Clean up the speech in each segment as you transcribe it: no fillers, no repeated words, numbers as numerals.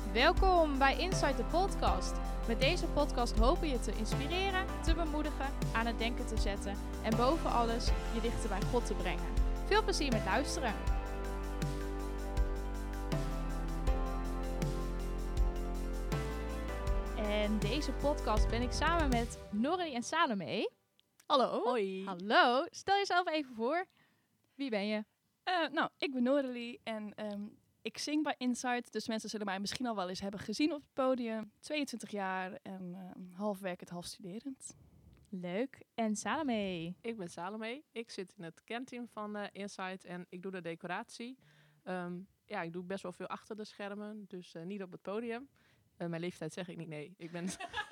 Welkom bij Inside the Podcast. Met deze podcast hopen we je te inspireren, te bemoedigen, aan het denken te zetten en boven alles je dichter bij God te brengen. Veel plezier met luisteren. En deze podcast ben ik samen met Norrie en Salome. Hallo. Hoi. Hallo, stel jezelf even voor. Wie ben je? Ik ben Noralie en ik zing bij Insight. Dus mensen zullen mij misschien al wel eens hebben gezien op het podium. 22 jaar en half werkend, half studerend. Leuk. En Salome? Ik ben Salome. Ik zit in het kernteam van Insight en ik doe de decoratie. Ik doe best wel veel achter de schermen, dus niet op het podium. Mijn leeftijd zeg ik niet, nee. Ik ben,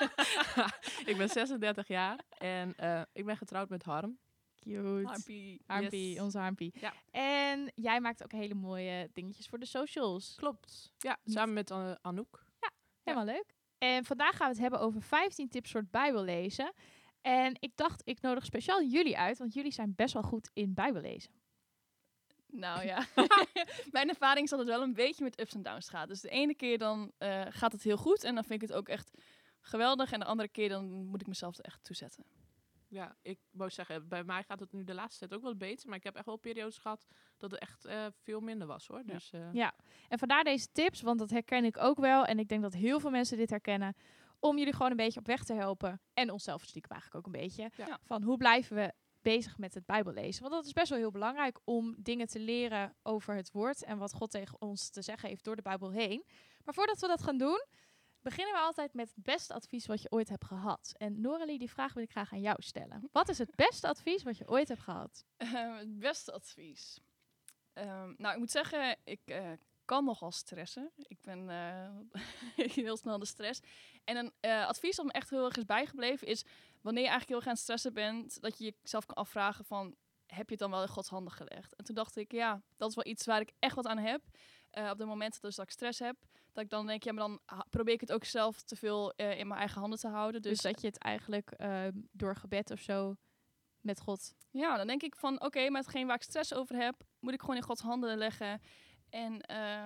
ik ben 36 jaar en ik ben getrouwd met Harm. Cute. Harmpie, Yes. onze Harmpie. Ja. En jij maakt ook hele mooie dingetjes voor de socials. Klopt. Ja, samen met Anouk. Helemaal leuk. En vandaag gaan we het hebben over 15 tips voor het Bijbel lezen. En ik dacht, ik nodig speciaal jullie uit, want jullie zijn best wel goed in Bijbel lezen. Nou ja, mijn ervaring is dat het wel een beetje met ups en downs gaat. Dus de ene keer dan gaat het heel goed en dan vind ik het ook echt geweldig. En de andere keer dan moet ik mezelf er echt toe zetten. Ja, ik moet zeggen, bij mij gaat het nu de laatste tijd ook wel beter. Maar ik heb echt wel periodes gehad dat het echt veel minder was, hoor. Ja. Dus, Ja, en vandaar deze tips, want dat herken ik ook wel. En ik denk dat heel veel mensen dit herkennen. Om jullie gewoon een beetje op weg te helpen. En onszelf stiekem eigenlijk ook een beetje. Ja. Van hoe blijven we bezig met het Bijbel lezen? Want dat is best wel heel belangrijk om dingen te leren over het woord. En wat God tegen ons te zeggen heeft door de Bijbel heen. Maar voordat we dat gaan doen, beginnen we altijd met het beste advies wat je ooit hebt gehad. En Noralie, die vraag wil ik graag aan jou stellen. Wat is het beste advies wat je ooit hebt gehad? Het beste advies. Ik moet zeggen, ik kan nogal stressen. Ik ben heel snel de stress. En een advies dat me echt heel erg is bijgebleven is, wanneer je eigenlijk heel erg aan het stressen bent, dat je jezelf kan afvragen van, heb je het dan wel in Gods handen gelegd? En toen dacht ik, ja, dat is wel iets waar ik echt wat aan heb. Op de momenten dus dat ik stress heb, dat ik dan denk, ja, maar dan probeer ik het ook zelf te veel in mijn eigen handen te houden. Dus dat je het eigenlijk door gebed of zo met God... Ja, dan denk ik van, oké, met hetgeen waar ik stress over heb, moet ik gewoon in Gods handen leggen. En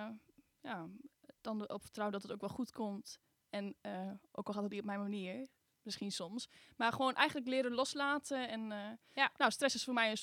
dan op vertrouwen dat het ook wel goed komt. En ook al gaat het niet op mijn manier, misschien soms. Maar gewoon eigenlijk leren loslaten. En stress is voor mij een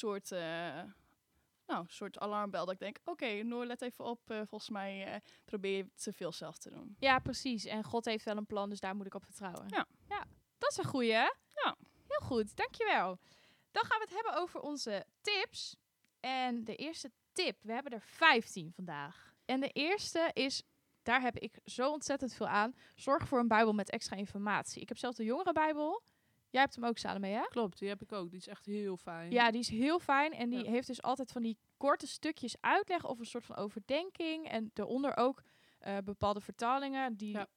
soort alarmbel. Dat ik denk, oké, Noor, let even op. Volgens mij probeer je te veel zelf te doen. Ja, precies. En God heeft wel een plan, dus daar moet ik op vertrouwen. Ja. Dat is een goeie, hè? Ja. Heel goed, dankjewel. Dan gaan we het hebben over onze tips. En de eerste tip, we hebben er 15 vandaag. En de eerste is, daar heb ik zo ontzettend veel aan. Zorg voor een Bijbel met extra informatie. Ik heb zelf de jongere Bijbel. Jij hebt hem ook, Salome, hè? klopt, die heb ik ook. Die is echt heel fijn. Ja, die is heel fijn. En die Ja. heeft dus altijd van die korte stukjes uitleg of een soort van overdenking. En daaronder ook bepaalde vertalingen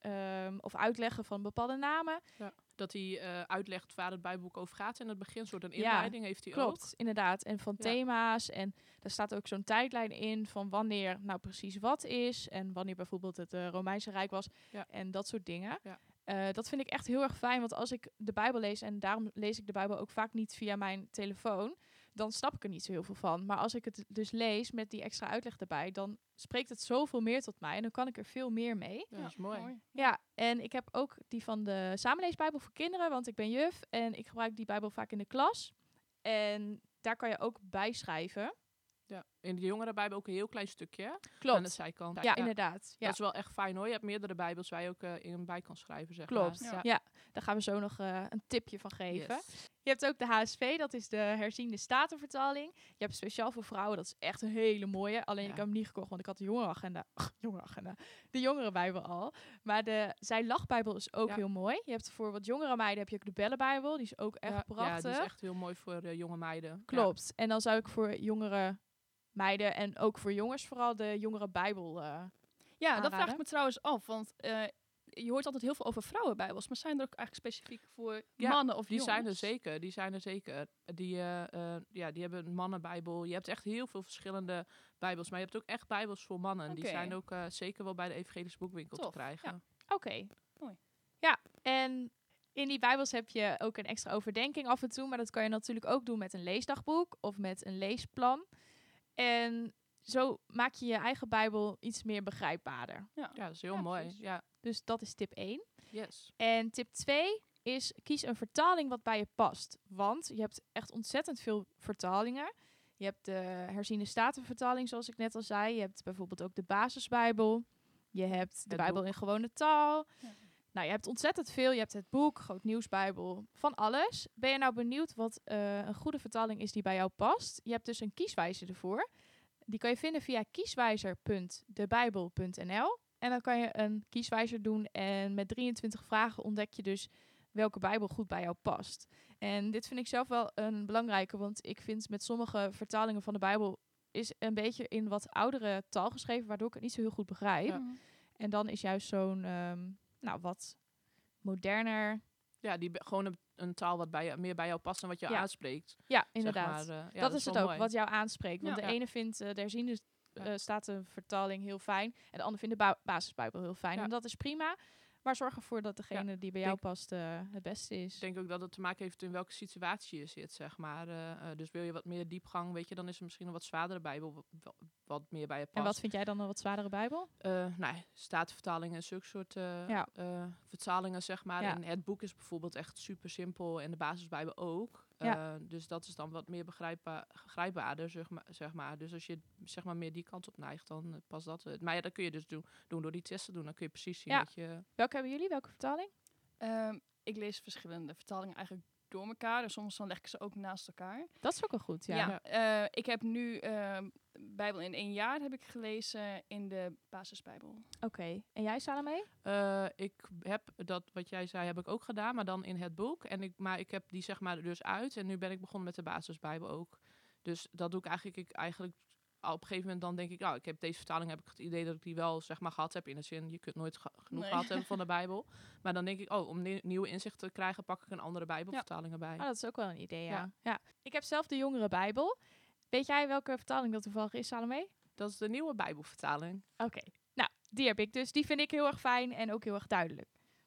of uitleggen van bepaalde namen. Dat hij uitlegt waar het Bijbelboek over gaat. En in het begin soort een inleiding heeft hij Klopt, ook. inderdaad. En van Ja. thema's. En daar staat ook zo'n tijdlijn in van wanneer nou precies wat is. En wanneer bijvoorbeeld het Romeinse Rijk was. Ja. En dat soort dingen. Ja. Dat vind ik echt heel erg fijn. Want als ik de Bijbel lees, en daarom lees ik de Bijbel ook vaak niet via mijn telefoon, dan snap ik er niet zo heel veel van. Maar als ik het dus lees met die extra uitleg erbij, dan spreekt het zoveel meer tot mij. En dan kan ik er veel meer mee. Ja, dat is mooi. Ja, en ik heb ook die van de samenleesbijbel voor kinderen, want ik ben juf en ik gebruik die bijbel vaak in de klas. En daar kan je ook bijschrijven. Ja. In de jongere Bijbel ook een heel klein stukje, hè? Aan de Klopt. zijkant. Ja, inderdaad. Ja. Dat is wel echt fijn, hoor. Je hebt meerdere Bijbels waar je ook in bij kan schrijven, zeg Klopt. maar. Ja. Daar gaan we zo nog een tipje van geven. Yes. Je hebt ook de HSV, dat is de herziende statenvertaling. Je hebt speciaal voor vrouwen, dat is echt een hele mooie. Alleen ik heb hem niet gekocht, want ik had de jongerenagenda. De jongerenbijbel al. Maar de Zij Lachbijbel is ook heel mooi. Je hebt voor wat jongere meiden heb je ook de Bellenbijbel. Die is ook echt prachtig. Ja, die is echt heel mooi voor jonge meiden. Klopt. Ja. En dan zou ik voor jongere meiden en ook voor jongens vooral de jongere Bijbel dat vraag ik me trouwens af. Want je hoort altijd heel veel over vrouwenbijbels. Maar zijn er ook eigenlijk specifiek voor mannen of die jongens? Die zijn er zeker. Die hebben een mannenbijbel. Je hebt echt heel veel verschillende bijbels. Maar je hebt ook echt bijbels voor mannen. Okay. Die zijn ook zeker wel bij de Evangelische Boekwinkel te krijgen. Ja. Oké. Mooi. Ja, en in die bijbels heb je ook een extra overdenking af en toe. Maar dat kan je natuurlijk ook doen met een leesdagboek of met een leesplan. En zo maak je je eigen Bijbel iets meer begrijpbaarder. Ja, dat is heel Ja, mooi. precies. Ja, Dus dat is tip 1. yes. En tip 2 is kies een vertaling wat bij je past. Want je hebt echt ontzettend veel vertalingen. Je hebt de herziene statenvertaling, zoals ik net al zei. Je hebt bijvoorbeeld ook de basisbijbel. Je hebt de Het Bijbel boek. in gewone taal. Ja. Nou, je hebt ontzettend veel. Je hebt het boek, Groot Nieuwsbijbel, van alles. Ben je nou benieuwd wat een goede vertaling is die bij jou past? Je hebt dus een kieswijzer ervoor. Die kan je vinden via kieswijzer.debijbel.nl. En dan kan je een kieswijzer doen en met 23 vragen ontdek je dus welke Bijbel goed bij jou past. En dit vind ik zelf wel een belangrijke, want ik vind met sommige vertalingen van de Bijbel is een beetje in wat oudere taal geschreven, waardoor ik het niet zo heel goed begrijp. Ja. Mhm. En dan is juist zo'n wat moderner. Ja, gewoon een taal wat meer bij jou past en wat je Ja. aanspreekt. Ja, zeg inderdaad. maar. Ja, dat is het wel ook, mooi. wat jou aanspreekt. Want Ja. de Ja. ene vindt de herziende Ja. statenvertaling heel fijn. En de ander vindt de basisbijbel heel fijn. Ja. En dat is prima. Maar zorg ervoor dat degene die bij jou Denk- past het beste is. Ik denk ook dat het te maken heeft in welke situatie je zit, zeg maar. Dus wil je wat meer diepgang, weet je, dan is er misschien een wat zwaardere Bijbel wat meer bij je past. En wat vind jij dan een wat zwaardere Bijbel? Statenvertalingen en zulke soort Ja. vertalingen, zeg maar. Ja. En het boek is bijvoorbeeld echt super simpel en de basisbijbel ook. Ja. Dus dat is dan wat meer begrijpbaarder, zeg maar. Dus als je zeg maar meer die kant op neigt, dan past dat. Maar ja, dat kun je dus doen door die testen te doen. Dan kun je precies zien Ja. dat je... Welke hebben jullie? Welke vertaling? Ik lees verschillende vertalingen eigenlijk door elkaar. En soms dan leg ik ze ook naast elkaar. Dat is ook wel goed, ja. Ja, ik heb nu Bijbel in 1 jaar heb ik gelezen in de basisbijbel. Oké. En jij, Salome? Ik heb dat, wat jij zei, heb ik ook gedaan, maar dan in het boek. Maar ik heb die zeg maar dus uit en nu ben ik begonnen met de basisbijbel ook. Dus dat doe ik eigenlijk op een gegeven moment dan denk ik, ik heb deze vertaling, heb ik het idee dat ik die wel zeg maar gehad heb. In de zin, je kunt nooit genoeg gehad hebben van de Bijbel. Maar dan denk ik, om nieuwe inzichten te krijgen, pak ik een andere Bijbelvertaling erbij. Oh, dat is ook wel een idee, Ja. ja. Ik heb zelf de jongere Bijbel. Weet jij welke vertaling dat toevallig is, Salome? Dat is de nieuwe Bijbelvertaling. Oké. Nou, die heb ik dus. Die vind ik heel erg fijn en ook heel erg duidelijk.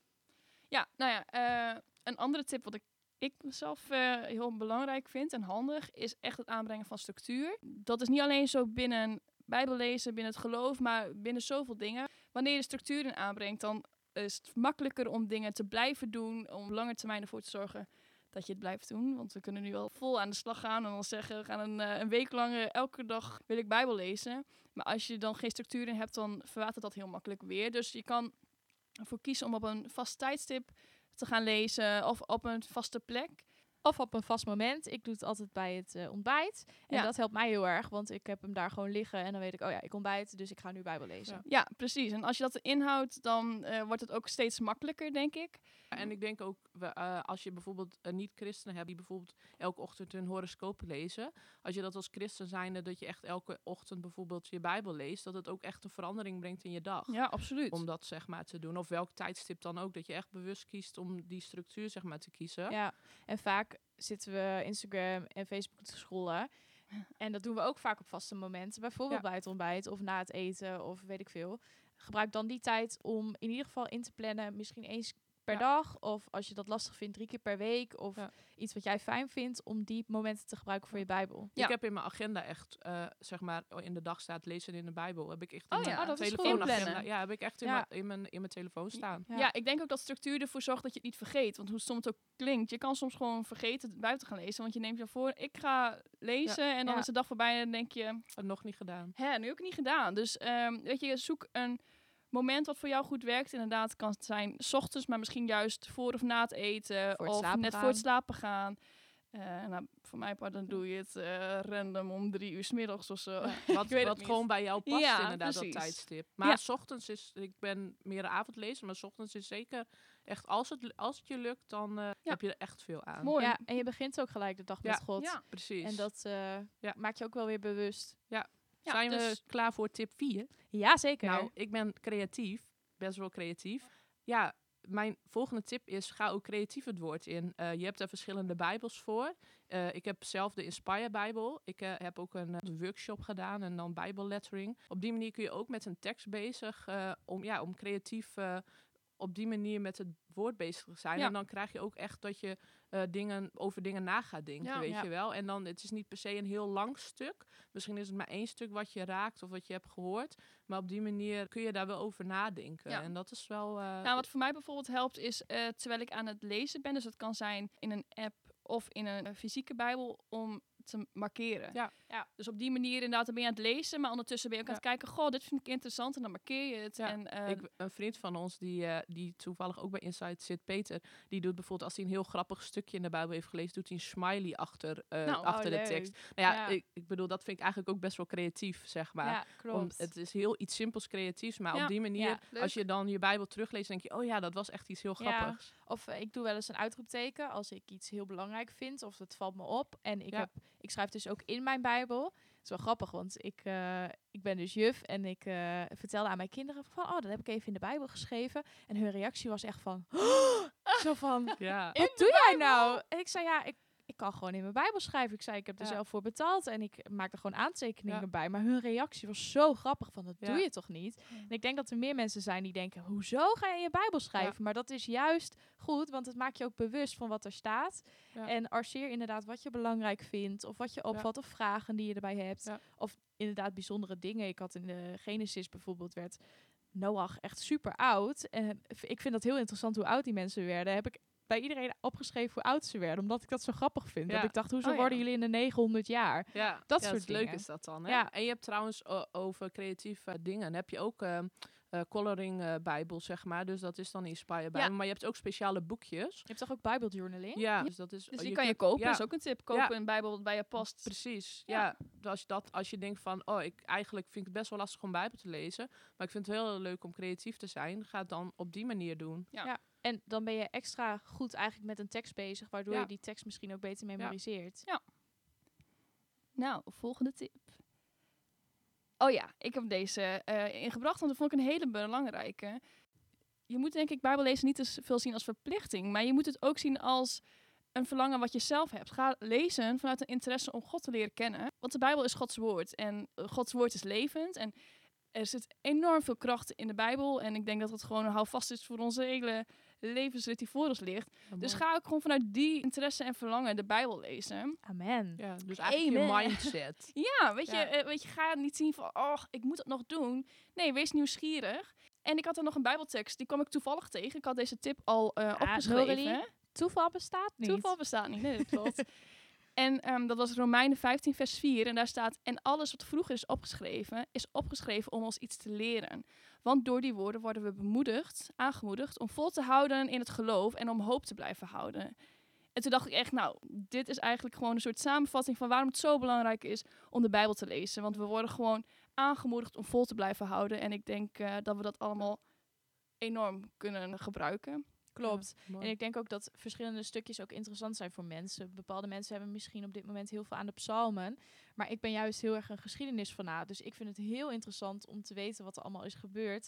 Ja, nou ja, een andere tip wat ik zelf heel belangrijk vind en handig, is echt het aanbrengen van structuur. Dat is niet alleen zo binnen Bijbellezen, binnen het geloof, maar binnen zoveel dingen. Wanneer je structuur in aanbrengt, dan is het makkelijker om dingen te blijven doen, om op lange termijn ervoor te zorgen dat je het blijft doen. Want we kunnen nu al vol aan de slag gaan en dan zeggen we gaan een week lang elke dag wil ik Bijbel lezen. Maar als je dan geen structuur in hebt, dan verwatert dat heel makkelijk weer. Dus je kan ervoor kiezen om op een vast tijdstip te gaan lezen of op een vaste plek. Of op een vast moment. Ik doe het altijd bij het ontbijt. En Ja. dat helpt mij heel erg, want ik heb hem daar gewoon liggen. En dan weet ik, ik ontbijt, dus ik ga nu Bijbel lezen. Ja. Ja, precies. En als je dat inhoudt, dan wordt het ook steeds makkelijker, denk ik. En ik denk ook, als je bijvoorbeeld niet-christenen hebt die bijvoorbeeld elke ochtend hun horoscoop lezen. Als je dat als christen zijnde, dat je echt elke ochtend bijvoorbeeld je Bijbel leest, dat het ook echt een verandering brengt in je dag. Ja, absoluut. Om dat zeg maar te doen. Of welk tijdstip dan ook, dat je echt bewust kiest om die structuur zeg maar te kiezen. Ja, en vaak zitten we Instagram en Facebook te scrollen. En dat doen we ook vaak op vaste momenten. Bijvoorbeeld Ja. bij het ontbijt of na het eten of weet ik veel. Gebruik dan die tijd om in ieder geval in te plannen. Misschien eens per Ja. dag. Of als je dat lastig vindt, 3 keer per week. Of Ja. iets wat jij fijn vindt om die momenten te gebruiken voor je Bijbel. Ja. Ik heb in mijn agenda echt, zeg maar, in de dag staat lezen in de Bijbel. Heb ik echt in Oh mijn ja, dat is goed. telefoonagenda. Inplannen. Ja, heb ik echt Ja. in mijn telefoon staan. Ja. Ja, ik denk ook dat structuur ervoor zorgt dat je het niet vergeet. Want hoe stom het ook klinkt, je kan soms gewoon vergeten het buiten te gaan lezen. Want je neemt je voor, ik ga lezen en dan Ja. is de dag voorbij en dan denk je, Het nog niet gedaan. nu heb ik het niet gedaan. Dus weet je, zoek een moment wat voor jou goed werkt. Inderdaad, kan het zijn 's ochtends, maar misschien juist voor of na het eten. Voor het of slapen net gaan. voor het slapen gaan. Voor mijn part dan doe je het random om 3 uur 's middags of zo. Wat, weet het wat niet. gewoon bij jou past Ja, inderdaad, precies. dat tijdstip. Maar Ja. 's ochtends is, ik ben meer een avondlezer, maar 's ochtends is zeker echt, als het je lukt, dan heb je er echt veel aan. Mooi. Ja, en je begint ook gelijk de dag Ja. met God. Ja. Precies. En dat Ja. maakt je ook wel weer bewust. Ja, Zijn we dus- klaar voor tip 4? Ja, zeker. Nou, ik ben creatief. Best wel creatief. Ja, mijn volgende tip is, ga ook creatief het woord in. Je hebt er verschillende bijbels voor. Ik heb zelf de Inspire Bijbel. Ik heb ook een workshop gedaan en dan bijbellettering. Op die manier kun je ook met een tekst bezig om creatief op die manier met het woord bezig te zijn. Ja. En dan krijg je ook echt dat je over dingen na gaat denken, Ja. weet Ja. je wel. En dan, het is niet per se een heel lang stuk. Misschien is het maar 1 stuk wat je raakt of wat je hebt gehoord. Maar op die manier kun je daar wel over nadenken. Ja. En dat is wel... Nou, wat voor mij bijvoorbeeld helpt is, terwijl ik aan het lezen ben, dus het kan zijn in een app of in een fysieke Bijbel, om te markeren. Ja. Ja. Dus op die manier inderdaad, dan ben je aan het lezen, maar ondertussen ben je ook aan Ja. het kijken, goh, dit vind ik interessant, en dan markeer je het. Ja. En, Een vriend van ons, die toevallig ook bij Insight zit, Peter, die doet bijvoorbeeld, als hij een heel grappig stukje in de Bijbel heeft gelezen, doet hij een smiley achter de leuk. tekst. Nou ja, Ja. ik bedoel, dat vind ik eigenlijk ook best wel creatief, zeg maar. Ja, klopt. Het is heel iets simpels creatiefs, maar Ja. op die manier, Ja, leuk. als je dan je Bijbel terugleest, denk je, oh ja, dat was echt iets heel Ja. grappigs. Of ik doe wel eens een uitroepteken als ik iets heel belangrijk vind. Of het valt me op. En ik schrijf dus ook in mijn Bijbel. Het is wel grappig, want ik ben dus juf. En ik vertelde aan mijn kinderen van... dat heb ik even in de Bijbel geschreven. En hun reactie was echt van... zo van, Ja. wat doe jij nou? En ik zei, ja, ik kan gewoon in mijn Bijbel schrijven. Ik zei, ik heb er Ja. zelf voor betaald. En ik maak er gewoon aantekeningen Ja. bij. Maar hun reactie was zo grappig van, dat Ja. doe je toch niet? En ik denk dat er meer mensen zijn die denken, hoezo ga je in je Bijbel schrijven? Maar dat is juist goed, want het maakt je ook bewust van wat er staat. Ja. En arceer inderdaad wat je belangrijk vindt, of wat je opvalt, of vragen die je erbij hebt. Ja. Of inderdaad bijzondere dingen. Ik had in de Genesis bijvoorbeeld, werd Noach echt super oud. En ik vind dat heel interessant hoe oud die mensen werden. Heb ik bij iedereen opgeschreven hoe oud ze werden, omdat ik dat zo grappig vind. Ja. Dat ik dacht, hoezo Oh ja. worden jullie in de 900 jaar? Ja, Dat ja, soort is leuk dingen. is dat dan. Hè? Ja. En je hebt trouwens over creatieve dingen. Dan heb je ook coloring Bijbel, zeg maar. Dus dat is dan Inspire Bijbel. Maar je hebt ook speciale boekjes. Je hebt toch ook Bijbeljournaling? Ja, dus dat is... dus die kan je kopen, dat is ook een tip. Kopen een Bijbel wat bij je past. Precies, Ja. ja. Als je denkt van, eigenlijk vind ik het best wel lastig om Bijbel te lezen, maar ik vind het heel leuk om creatief te zijn, ga het dan op die manier doen. Ja. En dan ben je extra goed eigenlijk met een tekst bezig, waardoor Ja. je die tekst misschien ook beter memoriseert. Nou, volgende tip. Oh ja, ik heb deze ingebracht, want dat vond ik een hele belangrijke. Je moet denk ik Bijbel lezen niet te veel zien als verplichting, maar je moet het ook zien als een verlangen wat je zelf hebt. Ga lezen vanuit een interesse om God te leren kennen. Want de Bijbel is Gods woord en Gods woord is levend. En er zit enorm veel kracht in de Bijbel. En ik denk dat het gewoon een houvast is voor onze hele levensrit die voor ons ligt. Ja, Dus mooi. ga ook gewoon vanuit die interesse en verlangen de Bijbel lezen. Amen. Ja, dus eigenlijk Amen. je mindset. Ja, weet Ja. je, ga niet zien van, ik moet het nog doen. Nee, wees nieuwsgierig. En ik had er nog een Bijbeltekst, die kwam ik toevallig tegen. Ik had deze tip al opgeschreven. Noralie, toeval bestaat niet. Toeval bestaat niet, nee, dat klopt. En dat was Romeinen 15 vers 4. En daar staat, en alles wat vroeger is opgeschreven om ons iets te leren. Want door die woorden worden we aangemoedigd om vol te houden in het geloof en om hoop te blijven houden. En toen dacht ik echt, dit is eigenlijk gewoon een soort samenvatting van waarom het zo belangrijk is om de Bijbel te lezen. Want we worden gewoon aangemoedigd om vol te blijven houden. En ik denk dat we dat allemaal enorm kunnen gebruiken. Klopt. Ja, mooi. En ik denk ook dat verschillende stukjes ook interessant zijn voor mensen. Bepaalde mensen hebben misschien op dit moment heel veel aan de psalmen. Maar ik ben juist heel erg een geschiedenisfanaat. Dus ik vind het heel interessant om te weten wat er allemaal is gebeurd.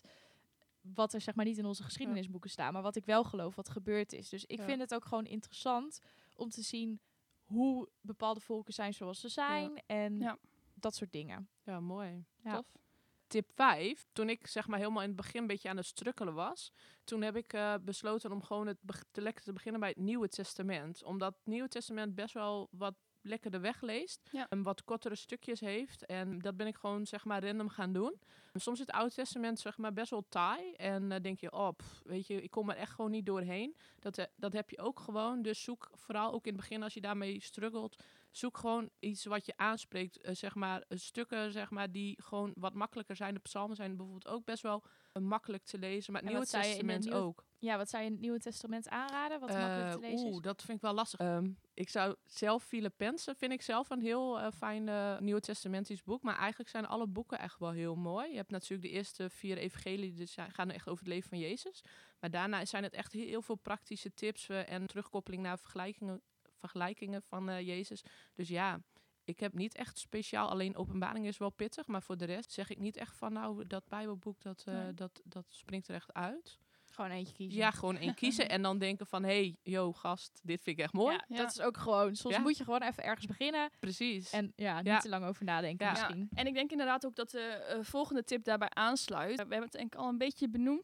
Wat er zeg maar niet in onze geschiedenisboeken staat. Maar wat ik wel geloof wat gebeurd is. Dus ik vind het ook gewoon interessant om te zien hoe bepaalde volken zijn zoals ze zijn. En Ja. dat soort dingen. Ja, mooi. Ja. Tof. Tip 5. Toen ik zeg maar helemaal in het begin een beetje aan het strukkelen was, toen heb ik besloten om gewoon lekker te beginnen bij het Nieuwe Testament. Omdat het Nieuwe Testament best wel wat lekkerder wegleest. Ja. En wat kortere stukjes heeft. En dat ben ik gewoon zeg maar random gaan doen. En soms is het Oude Testament zeg maar best wel taai. En dan denk je, weet je, ik kom er echt gewoon niet doorheen. Dat heb je ook gewoon. Dus zoek vooral ook in het begin als je daarmee struggelt. Zoek gewoon iets wat je aanspreekt. Zeg maar stukken zeg maar, die gewoon wat makkelijker zijn. De psalmen zijn bijvoorbeeld ook best wel makkelijk te lezen. Maar het En Nieuwe wat zei je in het Testament ook. Ja, wat zou je in het Nieuwe Testament aanraden? Wat makkelijk te lezen is? Dat vind ik wel lastig. Ik zou zelf Filippenzen vind ik zelf een heel fijn Nieuwe Testamentisch boek. Maar eigenlijk zijn alle boeken echt wel heel mooi. Je hebt natuurlijk de eerste 4 evangelie, die gaan echt over het leven van Jezus. Maar daarna zijn het echt heel veel praktische tips en terugkoppeling naar vergelijkingen van Jezus. Dus ja, ik heb niet echt speciaal, alleen Openbaring is wel pittig. Maar voor de rest zeg ik niet echt van dat Bijbelboek, dat springt er echt uit. Gewoon eentje kiezen. Ja, gewoon 1 kiezen en dan denken van, gast, dit vind ik echt mooi. Ja, Ja. dat is ook gewoon. Soms Ja. moet je gewoon even ergens beginnen. Precies. En niet Ja. te lang over nadenken Ja. misschien. En ik denk inderdaad ook dat de volgende tip daarbij aansluit. We hebben het denk ik al een beetje benoemd.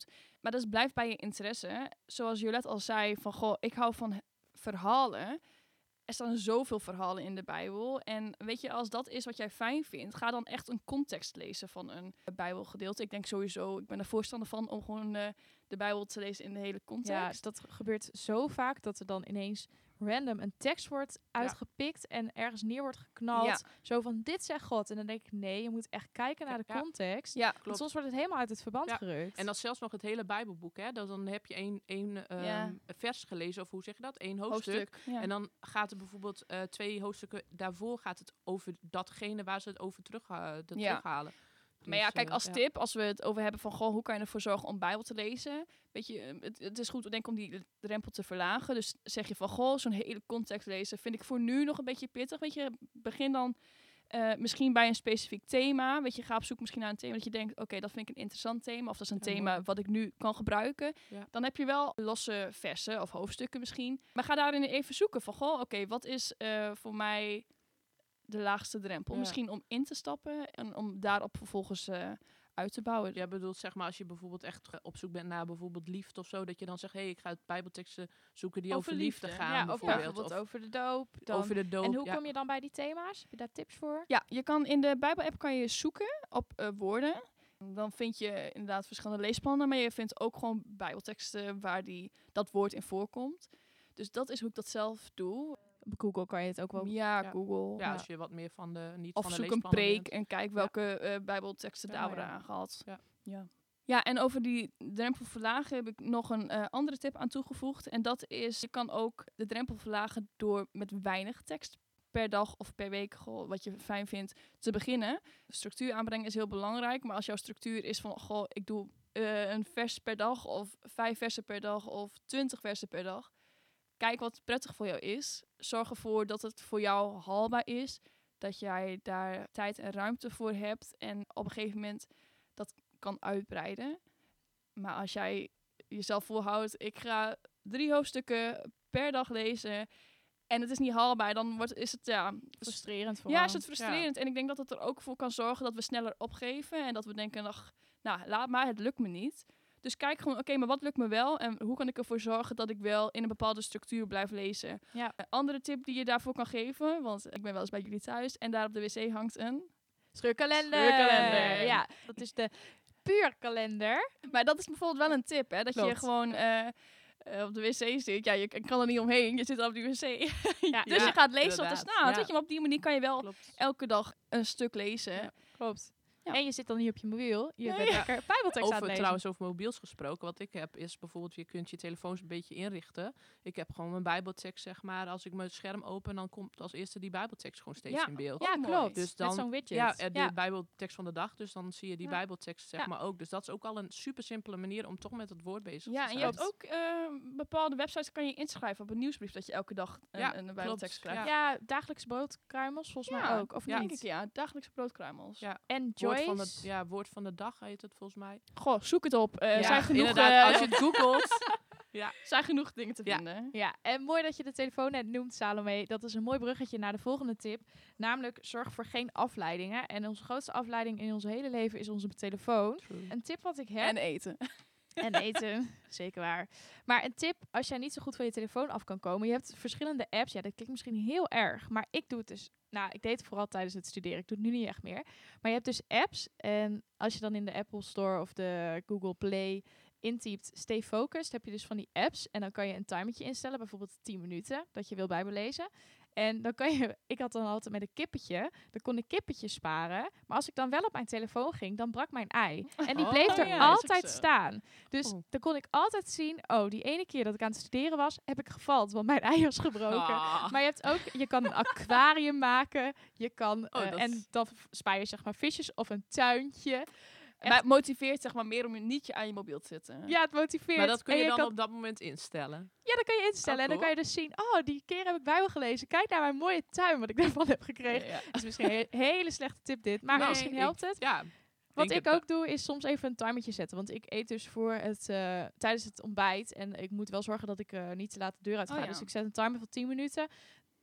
Maar dus blijf bij je interesse. Zoals Jolette al zei, van goh, ik hou van verhalen. Er staan zoveel verhalen in de Bijbel. En weet je, als dat is wat jij fijn vindt, ga dan echt een context lezen van een Bijbelgedeelte. Ik denk sowieso, ik ben er voorstander van om gewoon de Bijbel te lezen in de hele context. Ja, dat gebeurt zo vaak dat er dan ineens random een tekst wordt uitgepikt en ergens neer wordt geknald. Ja. Zo van, dit zegt God. En dan denk ik, nee, je moet echt kijken naar de context. Ja, Want soms wordt het helemaal uit het verband Ja. gerukt. En dat is zelfs nog het hele Bijbelboek. Hè? Dan heb je één vers gelezen, of hoe zeg je dat? Eén hoofdstuk. Ja. En dan gaat het bijvoorbeeld 2 hoofdstukken daarvoor gaat het over datgene waar ze het over terughalen. Maar ja, Dus, kijk, als tip, als we het over hebben van, goh, hoe kan je ervoor zorgen om Bijbel te lezen? Weet je, het is goed, denk ik, om die drempel te verlagen. Dus zeg je van, goh, zo'n hele context lezen vind ik voor nu nog een beetje pittig. Weet je, begin dan misschien bij een specifiek thema. Weet je, ga op zoek misschien naar een thema dat je denkt, oké, dat vind ik een interessant thema. Of dat is een thema wat ik nu kan gebruiken. Ja. Dan heb je wel losse versen of hoofdstukken misschien. Maar ga daarin even zoeken van, goh, oké, wat is voor mij de laagste drempel? Ja. Misschien om in te stappen en om daarop vervolgens uit te bouwen. Jij bedoelt, zeg maar, als je bijvoorbeeld echt op zoek bent naar bijvoorbeeld liefde of zo, dat je dan zegt, ik ga het Bijbelteksten zoeken die over liefde gaan. Ja, of bijvoorbeeld. bijvoorbeeld over de doop. Dan. Over de doop. En hoe kom je dan bij die thema's? Heb je daar tips voor? Ja, je kan in de Bijbel-app kan je zoeken op woorden. Dan vind je inderdaad verschillende leesplannen, maar je vindt ook gewoon Bijbelteksten waar dat woord in voorkomt. Dus dat is hoe ik dat zelf doe. Op Google kan je het ook wel. Ja, Ja. Google. Ja, als je wat meer van de niet Of van de zoek een leesplannen preek bent. en kijk welke Bijbelteksten daar worden aangehaald. Ja. Ja, en over die drempel verlagen heb ik nog een andere tip aan toegevoegd. En dat is, je kan ook de drempel verlagen door met weinig tekst per dag of per week, wat je fijn vindt, te beginnen. Structuur aanbrengen is heel belangrijk. Maar als jouw structuur is van, ik doe een vers per dag of 5 versen per dag of 20 versen per dag. Kijk wat prettig voor jou is. Zorg ervoor dat het voor jou haalbaar is. Dat jij daar tijd en ruimte voor hebt. En op een gegeven moment dat kan uitbreiden. Maar als jij jezelf voorhoudt, ik ga 3 hoofdstukken per dag lezen en het is niet haalbaar, dan is het frustrerend voor is het frustrerend. En ik denk dat het er ook voor kan zorgen dat we sneller opgeven en dat we denken, laat maar, het lukt me niet. Dus kijk gewoon, oké, maar wat lukt me wel en hoe kan ik ervoor zorgen dat ik wel in een bepaalde structuur blijf lezen. Ja. Een andere tip die je daarvoor kan geven, want ik ben wel eens bij jullie thuis en daar op de wc hangt een scheurkalender. Ja, dat is de puurkalender. Maar dat is bijvoorbeeld wel een tip, hè? Dat Klopt. je gewoon op de wc zit. Ja, je kan er niet omheen. Je zit al op die wc. Dus je gaat lezen wat er inderdaad. staat. Ja. Weet je, maar op die manier kan je wel Klopt. elke dag een stuk lezen. Ja. Klopt. Ja. En je zit dan niet op je mobiel. Je Nee, bent ja. lekker Bijbeltekst aan het lezen. Trouwens, over mobiels gesproken. Wat ik heb is bijvoorbeeld, je kunt je telefoons een beetje inrichten. Ik heb gewoon mijn Bijbeltekst, zeg maar. Als ik mijn scherm open, dan komt als eerste die Bijbeltekst gewoon steeds in beeld. Ja, mooi. klopt. Dus Met dan- zo'n widget. Ja, de Bijbeltekst van de dag. Dus dan zie je die Ja. Bijbeltekst, zeg Ja. maar ook. Dus dat is ook al een super simpele manier om toch met het woord bezig Ja, te en zijn. je hebt ook bepaalde websites kan je inschrijven op een nieuwsbrief dat je elke dag een Bijbeltekst klopt. krijgt. Ja, dagelijks broodkruimels volgens mij ook. Of Ja. niet? Denk ik, ja. Dagelijkse broodkruimels. Ja. En Woord Joyce. van, woord van de dag heet het volgens mij. Goh, zoek het op. Ja, Zijn genoeg, inderdaad, als je het googelt. zijn genoeg dingen te Ja. vinden. Ja, en mooi dat je de telefoon net noemt, Salome. Dat is een mooi bruggetje naar de volgende tip. Namelijk, zorg voor geen afleidingen. En onze grootste afleiding in ons hele leven is onze telefoon. Een tip wat ik heb... En eten. En eten, zeker waar. Maar een tip, als jij niet zo goed van je telefoon af kan komen. Je hebt verschillende apps. Ja, dat klinkt misschien heel erg. Maar ik doe het dus... Nou, ik deed het vooral tijdens het studeren. Ik doe het nu niet echt meer. Maar je hebt dus apps. En als je dan in de Apple Store of de Google Play intypt stay focused, heb je dus van die apps. En dan kan je een timertje instellen. Bijvoorbeeld 10 minuten. Dat je wil bijbelezen. En dan kan je... Ik had dan altijd met een kippetje. Dan kon ik kippetjes sparen. Maar als ik dan wel op mijn telefoon ging, dan brak mijn ei. En die bleef er ja, is ook altijd zo. staan. Dus dan kon ik altijd zien... Oh, die ene keer dat ik aan het studeren was, heb ik gevald. Want mijn ei was gebroken. Maar je hebt ook... Je kan een aquarium maken. Je kan... en dan spaar je zeg maar visjes of een tuintje. Maar het motiveert zeg maar meer om je niet aan je mobiel te zitten. Ja, het motiveert. Maar dat kun En je dan kan, op dat moment instellen. Ja, dat kan je instellen. Oh, En dan kan je dus zien... Oh, die keer heb ik Bijbel gelezen. Kijk naar mijn mooie tuin wat ik daarvan heb gekregen. Ja. Dat is misschien een hele slechte tip dit. Maar Nee, misschien helpt het. Ja. Wat denk ik het ook doe, is soms even een timertje zetten. Want ik eet dus voor tijdens het ontbijt. En ik moet wel zorgen dat ik niet te laat de deur uit ga. Oh ja. Dus ik zet een timer van 10 minuten.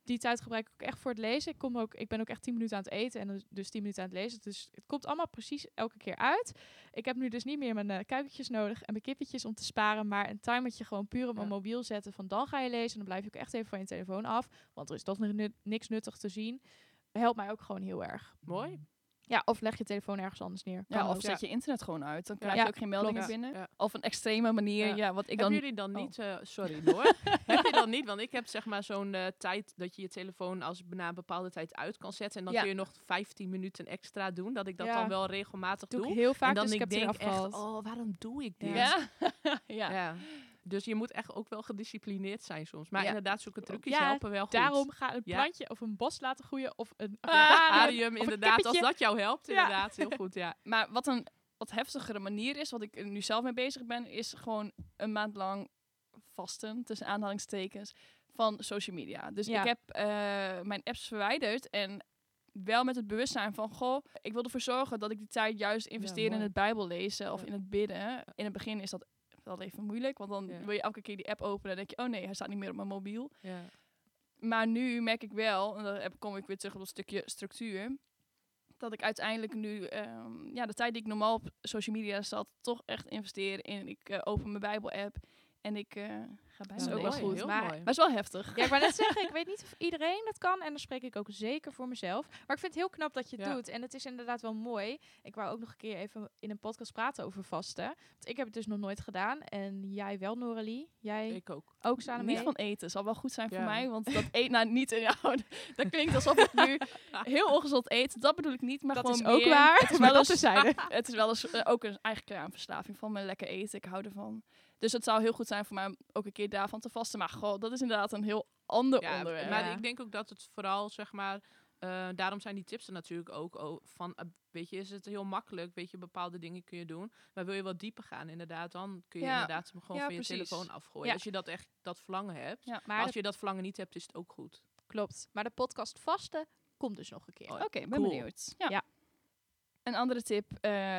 die tijd gebruik ik ook echt voor het lezen. Ik ben ook echt 10 minuten aan het eten en dus 10 minuten aan het lezen. Dus het komt allemaal precies elke keer uit. Ik heb nu dus niet meer mijn kuikentjes nodig en mijn kippetjes om te sparen, maar een timertje gewoon puur op mijn mobiel zetten van dan ga je lezen. En dan blijf je ook echt even van je telefoon af, want er is toch niks nuttig te zien. Helpt mij ook gewoon heel erg. Mooi. Ja, of leg je telefoon ergens anders neer. Ja, Kan of ook. zet je internet gewoon uit. Dan krijg Ja, je ook geen meldingen klopt. binnen. Ja. Of een extreme manier. Ja. Ja, wat ik Hebben dan... jullie dan niet... sorry hoor. Heb je dan niet? Want ik heb zeg maar zo'n tijd dat je je telefoon als na een bepaalde tijd uit kan zetten. En dan Ja. kun je nog 15 minuten extra doen. Dat ik dat Ja. dan wel regelmatig Doe doe. ik heel vaak, En dan dus ik ik heb het denk eraf echt, gehaald. waarom doe ik dit? Ja. Ja. Ja. Dus je moet echt ook wel gedisciplineerd zijn soms. Maar Ja. inderdaad, zulke trucjes Ja, helpen wel goed. Daarom ga een Ja. plantje of een bos laten groeien of een Aquarium, of een inderdaad. Als kippetje. dat jou helpt, Ja. inderdaad. Heel goed, ja. Maar wat een wat heftigere manier is, wat ik er nu zelf mee bezig ben, is gewoon een maand lang vasten, tussen aanhalingstekens, van social media. Dus Ja. ik heb mijn apps verwijderd en wel met het bewustzijn van, goh, ik wil ervoor zorgen dat ik die tijd juist investeer in mooi. het Bijbel lezen of Ja. in het bidden. In het begin is dat wel even moeilijk, want dan Ja. wil je elke keer die app openen en denk je, oh nee, hij staat niet meer op mijn mobiel. Ja. Maar nu merk ik wel, en dan kom ik weer terug op dat stukje structuur, dat ik uiteindelijk nu de tijd die ik normaal op social media zat, toch echt investeer in. Ik open mijn Bijbel-app en ik ga bij is mijn ook wel lezen. goed, heel maar- mooi. Maar het is wel heftig. Ja, ik wou net zeggen, ik weet niet of iedereen dat kan. En dan spreek ik ook zeker voor mezelf. Maar ik vind het heel knap dat je het Ja. doet. En het is inderdaad wel mooi. Ik wou ook nog een keer even in een podcast praten over vasten. Want ik heb het dus nog nooit gedaan. En jij wel, Noralie. Jij Ik ook. ook, Salome? Niet van eten. Zal wel goed zijn voor Ja. mij, want dat eet nou niet in jou. Dat klinkt alsof ik nu heel ongezond eet. Dat bedoel ik niet, maar Dat gewoon is ook meer. waar. Het is maar wel dat eens, terzijde. het is wel eens ook een eigen kraamverslaving van mijn lekker eten. Ik hou ervan. Dus het zou heel goed zijn voor mij om ook een keer daarvan te vasten. Maar goh, dat is inderdaad een heel ander Ja, onderwerp. maar Ja. ik denk ook dat het vooral, zeg maar, daarom zijn die tips er natuurlijk ook van, weet je, is het heel makkelijk, weet je, bepaalde dingen kun je doen. Maar wil je wat dieper gaan, inderdaad, dan kun je Ja. inderdaad hem gewoon Ja, van je precies. telefoon afgooien. Ja. Als je dat echt, dat verlangen hebt. Ja. Maar Maar als je dat verlangen niet hebt, is het ook goed. klopt. Maar de podcast vasten komt dus nog een keer. Oh, Oké, ben cool. benieuwd. Ja. Ja. Een andere tip,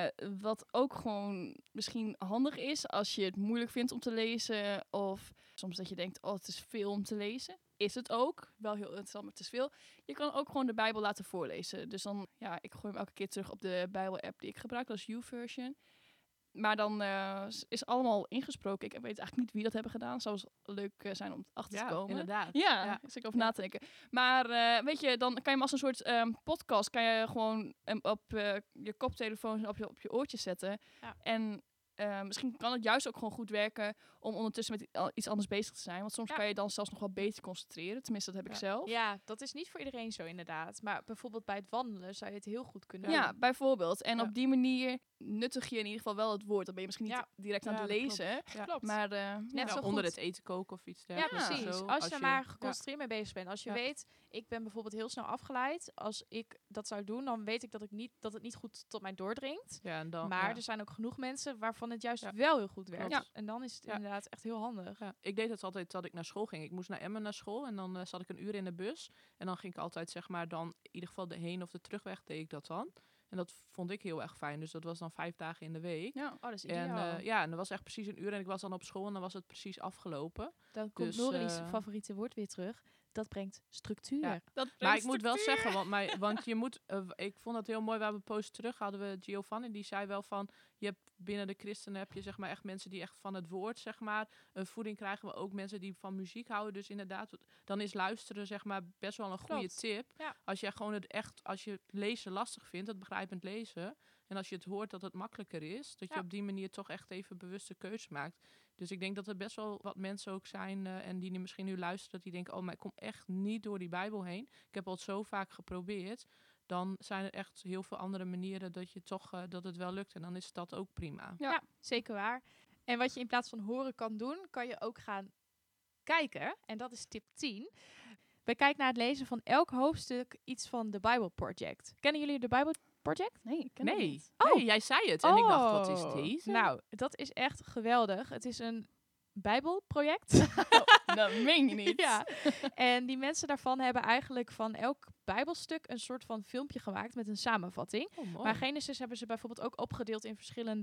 wat ook gewoon misschien handig is als je het moeilijk vindt om te lezen. Of soms dat je denkt, oh het is veel om te lezen. Is het ook. Wel heel interessant, maar het is veel. Je kan ook gewoon de Bijbel laten voorlezen. Dus dan, ja, ik gooi hem elke keer terug op de Bijbel-app die ik gebruik. Dat is YouVersion. Maar dan is allemaal ingesproken. Ik weet eigenlijk niet wie dat hebben gedaan. Het zou eens leuk zijn om achter te Ja, komen. inderdaad. Ja, Ja. dus ik over na te denken. Maar weet je, dan kan je hem als een soort podcast, kan je gewoon op je koptelefoon op je oortjes zetten. Ja. En misschien kan het juist ook gewoon goed werken om ondertussen met iets anders bezig te zijn. Want soms Ja. kan je dan zelfs nog wel beter concentreren. Tenminste, dat heb ik zelf. Ja, dat is niet voor iedereen zo inderdaad. Maar bijvoorbeeld bij het wandelen zou je het heel goed kunnen Ja, doen. bijvoorbeeld. En Ja. op die manier nuttig je in ieder geval wel het woord. Dan ben je misschien niet Ja. direct aan Ja, het dat klopt. lezen. Ja. Klopt. Maar Net Ja, zo onder goed. het eten koken of iets Ja, dergelijks. precies. of zo, Als je er maar ja. geconcentreerd mee bezig bent. Als je Ja. weet, ik ben bijvoorbeeld heel snel afgeleid. Als ik dat zou doen, dan weet ik dat het niet goed tot mij doordringt. Ja, en dan, Maar ja. er zijn ook genoeg mensen waarvan het juist Ja. wel heel goed werkt. Ja. En dan is het Ja. inderdaad echt heel handig. Ja, ik deed het altijd dat ik naar school ging. Ik moest naar Emmen naar school en dan zat ik een uur in de bus. En dan ging ik altijd, zeg maar, dan in ieder geval de heen of de terugweg deed ik dat dan. En dat vond ik heel erg fijn. Dus dat was dan 5 dagen in de week. ja. Oh, dat is En ideaal. ja, en dat was echt precies een uur. En ik was dan op school en dan was het precies afgelopen. Dan komt dus, Norelie's eh, favoriete woord weer terug. Dat brengt structuur. Ja. Dat Maar ik moet wel zeggen, want je moet, ik vond dat heel mooi. We hebben een post terug, hadden we Giovanni, die zei wel van, je hebt binnen de christenen heb je zeg maar echt mensen die echt van het woord zeg maar een voeding krijgen, maar ook mensen die van muziek houden. Dus inderdaad, dan is luisteren zeg maar best wel een goede Klopt. tip. Ja. Als je gewoon als je het lezen lastig vindt, het begrijpend lezen, en als je het hoort dat het makkelijker is, dat je Ja. op die manier toch echt even bewuste keuzes maakt. Dus ik denk dat er best wel wat mensen ook zijn en die nu misschien nu luisteren, die denken, oh, maar ik kom echt niet door die Bijbel heen. Ik heb al zo vaak geprobeerd. Dan zijn er echt heel veel andere manieren dat je toch dat het wel lukt. En dan is dat ook prima. Ja. Ja, zeker waar. En wat je in plaats van horen kan doen, kan je ook gaan kijken. En dat is tip 10. We kijken naar het lezen van elk hoofdstuk iets van de Bible Project. Kennen jullie de Bible Project? Nee, ik ken het Nee. niet. Oh. Nee, jij zei het. En ik dacht, wat is Oh. deze? Nou, dat is echt geweldig. Het is een Bijbelproject. Dat meen je niet. Ja. En die mensen daarvan hebben eigenlijk van elk Bijbelstuk een soort van filmpje gemaakt met een samenvatting. Oh, mooi. Maar Genesis hebben ze bijvoorbeeld ook opgedeeld in verschillende